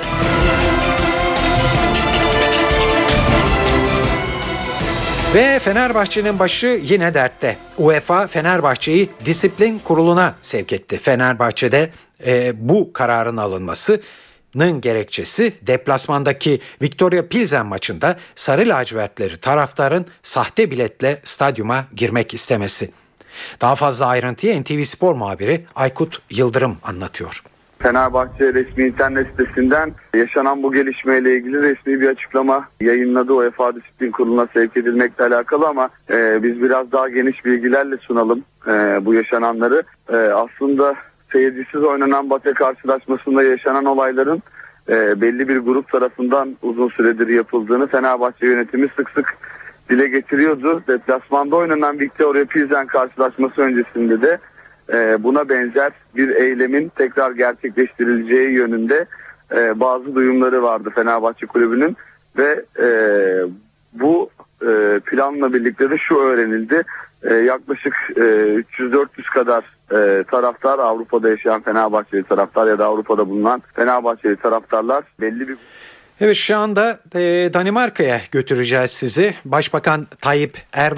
Ve Fenerbahçe'nin başı yine dertte. UEFA Fenerbahçe'yi disiplin kuruluna sevk etti. Fenerbahçe'de bu kararın alınmasının gerekçesi deplasmandaki Viktoria Pilsen maçında sarı lacivertleri taraftarın sahte biletle stadyuma girmek istemesi. Daha fazla ayrıntıyı NTV Spor muhabiri Aykut Yıldırım anlatıyor. Fenerbahçe resmi internet sitesinden yaşanan bu gelişmeyle ilgili resmi bir açıklama yayınladı. UEFA Disiplin Kurulu'na sevk edilmekle alakalı ama biz biraz daha geniş bilgilerle sunalım bu yaşananları. Aslında seyircisiz oynanan Bate karşılaşmasında yaşanan olayların belli bir grup tarafından uzun süredir yapıldığını Fenerbahçe yönetimi sık sık dile getiriyordu. Deplasmanda oynanan Viktoria Pilsen karşılaşması öncesinde de buna benzer bir eylemin tekrar gerçekleştirileceği yönünde bazı duyumları vardı Fenerbahçe Kulübü'nün ve bu planla birlikte de şu öğrenildi. Yaklaşık 300-400 kadar taraftar, Avrupa'da yaşayan Fenerbahçeli taraftar ya da Avrupa'da bulunan Fenerbahçeli taraftarlar belli bir... Evet, şu anda Danimarka'ya götüreceğiz sizi. Başbakan Tayyip Erdoğan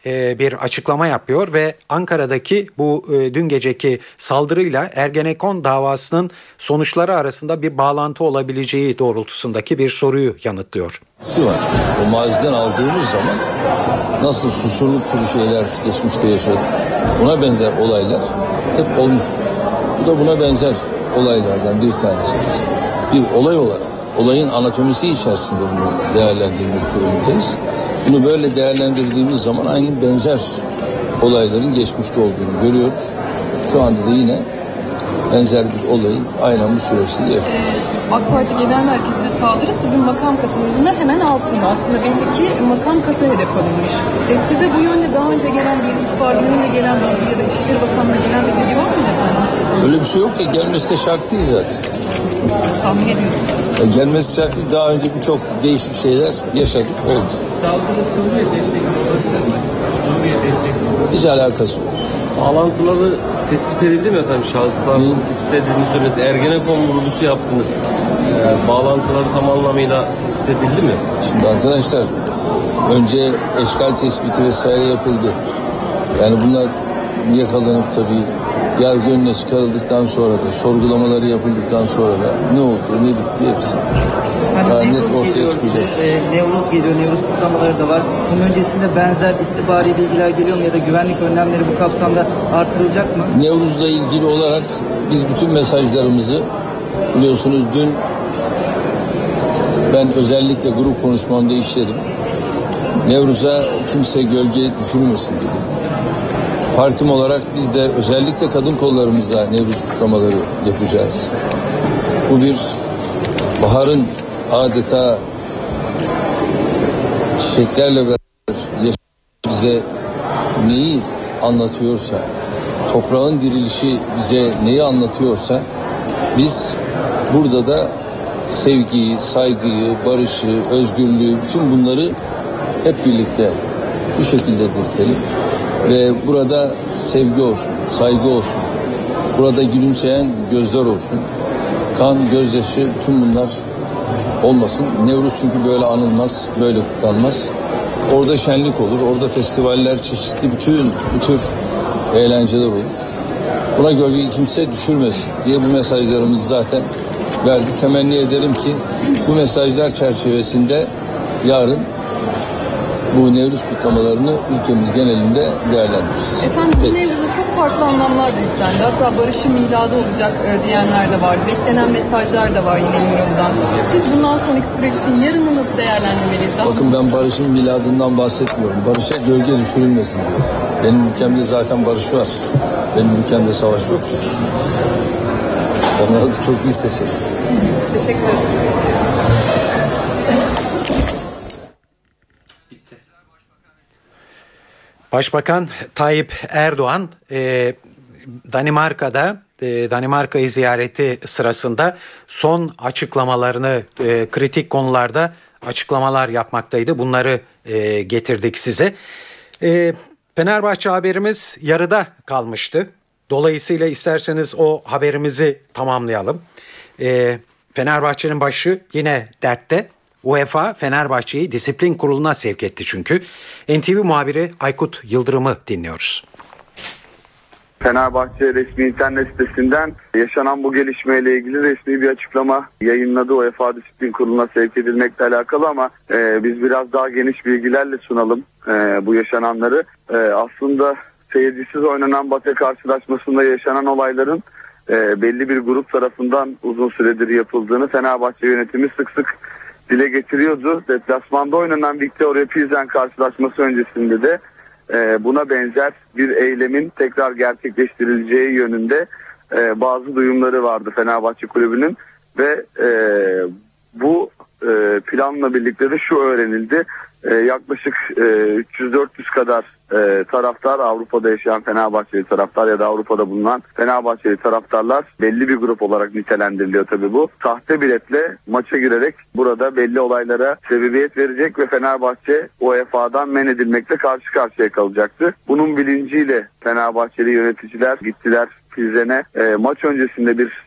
bir açıklama yapıyor ve Ankara'daki bu dün geceki saldırıyla Ergenekon davasının sonuçları arasında bir bağlantı olabileceği doğrultusundaki bir soruyu yanıtlıyor. Var. O maziden aldığımız zaman nasıl susurluk türü şeyler geçmişte yaşadık. Buna benzer olaylar hep olmuştur. Bu da buna benzer olaylardan bir tanesidir. Bir olay olarak, olayın anatomisi içerisinde bunu değerlendirmek durumundayız. Bunu böyle değerlendirdiğimiz zaman aynı benzer olayların geçmişte olduğunu görüyoruz. Şu anda da yine benzer bir olayın aynen bu süreçte yaşıyoruz. AK Parti Genel Merkezi'nde saldırı sizin makam katılımında hemen altında. Aslında belli ki makam katı hedef alınmış. Size bu yönde daha önce gelen bir ihbar yönünde gelen bilgi ya da İçişleri Bakanlığı'na gelen bir bilgi var mı efendim? Öyle bir şey yok ki, gelmesi de şart değil zaten. Tahmin ediyorsunuz. Gelmesi şart değil. Daha önce birçok değişik şeyler yaşadık, oldu. Hiç alakası yok. Bağlantıları tespit edildi mi efendim? Şahısların tespit edildiğini söylesi. Ergenekon vurgusu yaptınız. Bağlantıları tam anlamıyla tespit edildi mi? Şimdi arkadaşlar, önce eşkal tespiti vesaire yapıldı. Yani bunlar yakalanıp tabii yargı önüne çıkarıldıktan sonra da, sorgulamaları yapıldıktan sonra da ne oldu, ne bitti hepsi. Net ortaya çıkacak. Nevruz geliyor, Nevruz kutlamaları da var. Bunun öncesinde benzer istihbari bilgiler geliyor mu ya da güvenlik önlemleri bu kapsamda artırılacak mı? Nevruz'la ilgili olarak biz bütün mesajlarımızı, biliyorsunuz dün ben özellikle grup konuşmamda işledim. Nevruz'a kimse gölge düşürmesin dedim. Partim olarak biz de özellikle kadın kollarımızda Nevruz kutlamaları yapacağız. Bu bir baharın adeta çiçeklerle beraber bize neyi anlatıyorsa, toprağın dirilişi bize neyi anlatıyorsa, biz burada da sevgiyi, saygıyı, barışı, özgürlüğü, bütün bunları hep birlikte bu şekilde dirtelim. Ve burada sevgi olsun, saygı olsun, burada gülümseyen gözler olsun, kan, gözyaşı, bütün bunlar olmasın. Nevruz çünkü böyle anılmaz, böyle kutlanmaz. Orada şenlik olur, orada festivaller, çeşitli bütün bu tür eğlenceler olur. Buna gölgeyi kimse düşürmesin diye bu mesajlarımızı zaten verdik. Temenni ederim ki bu mesajlar çerçevesinde yarın bu Nevruz kutlamalarını ülkemiz genelinde değerlendiririz. Efendim bu Nevruz'a çok farklı anlamlar da yüklendi. Hatta barışın miladı olacak diyenler de var. Beklenen mesajlar da var yine İmralı'dan. Siz bundan sonraki süreç için yarını nasıl değerlendirmeliyiz? Bakın, ben barışın miladından bahsetmiyorum. Barışa gölge düşürülmesin diyor. Benim ülkemde zaten barış var. Benim ülkemde savaş yoktur. Onları da çok iyi seçelim. Teşekkür ederim. Başbakan Tayyip Erdoğan Danimarka'yı ziyareti sırasında son açıklamalarını kritik konularda açıklamalar yapmaktaydı. Bunları getirdik size. Fenerbahçe haberimiz yarıda kalmıştı. Dolayısıyla isterseniz o haberimizi tamamlayalım. Fenerbahçe'nin başı yine dertte. UEFA Fenerbahçe'yi disiplin kuruluna sevk etti çünkü. NTV muhabiri Aykut Yıldırım'ı dinliyoruz. Fenerbahçe resmi internet sitesinden yaşanan bu gelişmeyle ilgili resmi bir açıklama yayınladı. UEFA Disiplin Kurulu'na sevk edilmekle alakalı ama biz biraz daha geniş bilgilerle sunalım bu yaşananları. Aslında seyircisiz oynanan Batı karşılaşmasında yaşanan olayların belli bir grup tarafından uzun süredir yapıldığını Fenerbahçe yönetimi sık sık dile getiriyordu. Deplasmanda oynanan Victoria Pilsen karşılaşması öncesinde de buna benzer bir eylemin tekrar gerçekleştirileceği yönünde bazı duyumları vardı Fenerbahçe Kulübü'nün ve bu planla birlikte de şu öğrenildi. Yaklaşık 300-400 kadar taraftar, Avrupa'da yaşayan Fenerbahçeli taraftar ya da Avrupa'da bulunan Fenerbahçeli taraftarlar belli bir grup olarak nitelendiriliyor tabii bu. Sahte biletle maça girerek burada belli olaylara sebebiyet verecek ve Fenerbahçe UEFA'dan men edilmekle karşı karşıya kalacaktı. Bunun bilinciyle Fenerbahçeli yöneticiler gittiler Pilsen'e. Maç öncesinde bir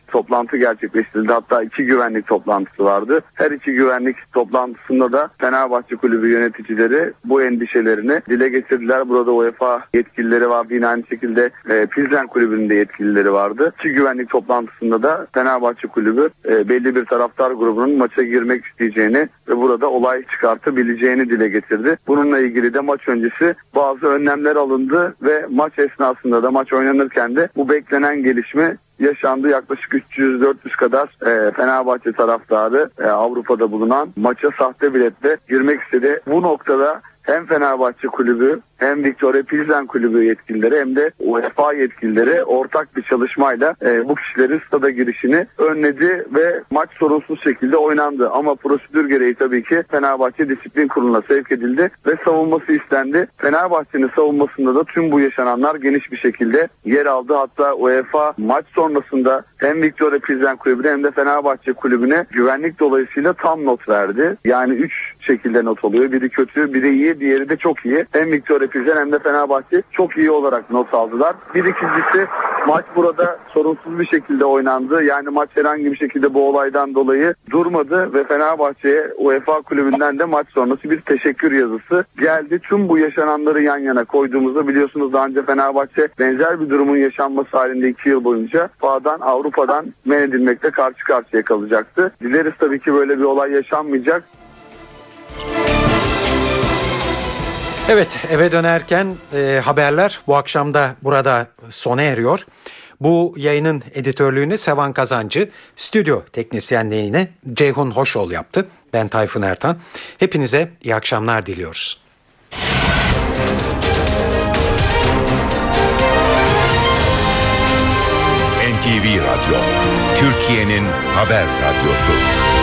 toplantı gerçekleştirildi. Hatta 2 güvenlik toplantısı vardı. Her 2 güvenlik toplantısında da Fenerbahçe Kulübü yöneticileri bu endişelerini dile getirdiler. Burada UEFA yetkilileri vardı. Yine aynı şekilde Pilsen Kulübü'nün de yetkilileri vardı. 2 güvenlik toplantısında da Fenerbahçe Kulübü belli bir taraftar grubunun maça girmek isteyeceğini ve burada olay çıkartabileceğini dile getirdi. Bununla ilgili de maç öncesi bazı önlemler alındı ve maç esnasında da maç oynanırken de bu beklenen gelişme yaşandı. Yaklaşık 300-400 kadar Fenerbahçe taraftarı Avrupa'da bulunan maça sahte biletle girmek istedi. Bu noktada hem Fenerbahçe Kulübü hem Viktoria Pilsen Kulübü yetkilileri hem de UEFA yetkilileri ortak bir çalışmayla bu kişilerin stada girişini önledi ve maç sorunsuz şekilde oynandı. Ama prosedür gereği tabii ki Fenerbahçe Disiplin Kurulu'na sevk edildi ve savunması istendi. Fenerbahçe'nin savunmasında da tüm bu yaşananlar geniş bir şekilde yer aldı. Hatta UEFA maç sonrasında hem Viktoria Pilsen Kulübü'ne hem de Fenerbahçe Kulübü'ne güvenlik dolayısıyla tam not verdi. Yani 3 şekilde not oluyor. Biri kötü, biri iyi, diğeri de çok iyi. Hem Viktoria Pilsen hem de Fenerbahçe çok iyi olarak not aldılar. Bir ikincisi maç burada sorunsuz bir şekilde oynandı. Yani maç herhangi bir şekilde bu olaydan dolayı durmadı ve Fenerbahçe'ye UEFA kulübünden de maç sonrası bir teşekkür yazısı geldi. Tüm bu yaşananları yan yana koyduğumuzda biliyorsunuz daha önce Fenerbahçe benzer bir durumun yaşanması halinde 2 yıl boyunca FIFA'dan, Avrupa'dan men edilmekte karşı karşıya kalacaktı. Dileriz tabii ki böyle bir olay yaşanmayacak. Evet, eve dönerken haberler bu akşam da burada sona eriyor. Bu yayının editörlüğünü Sevan Kazancı, stüdyo teknisyenliğini Ceyhun Hoşol yaptı. Ben Tayfun Ertan. Hepinize iyi akşamlar diliyoruz. NTV Radyo, Türkiye'nin haber radyosu.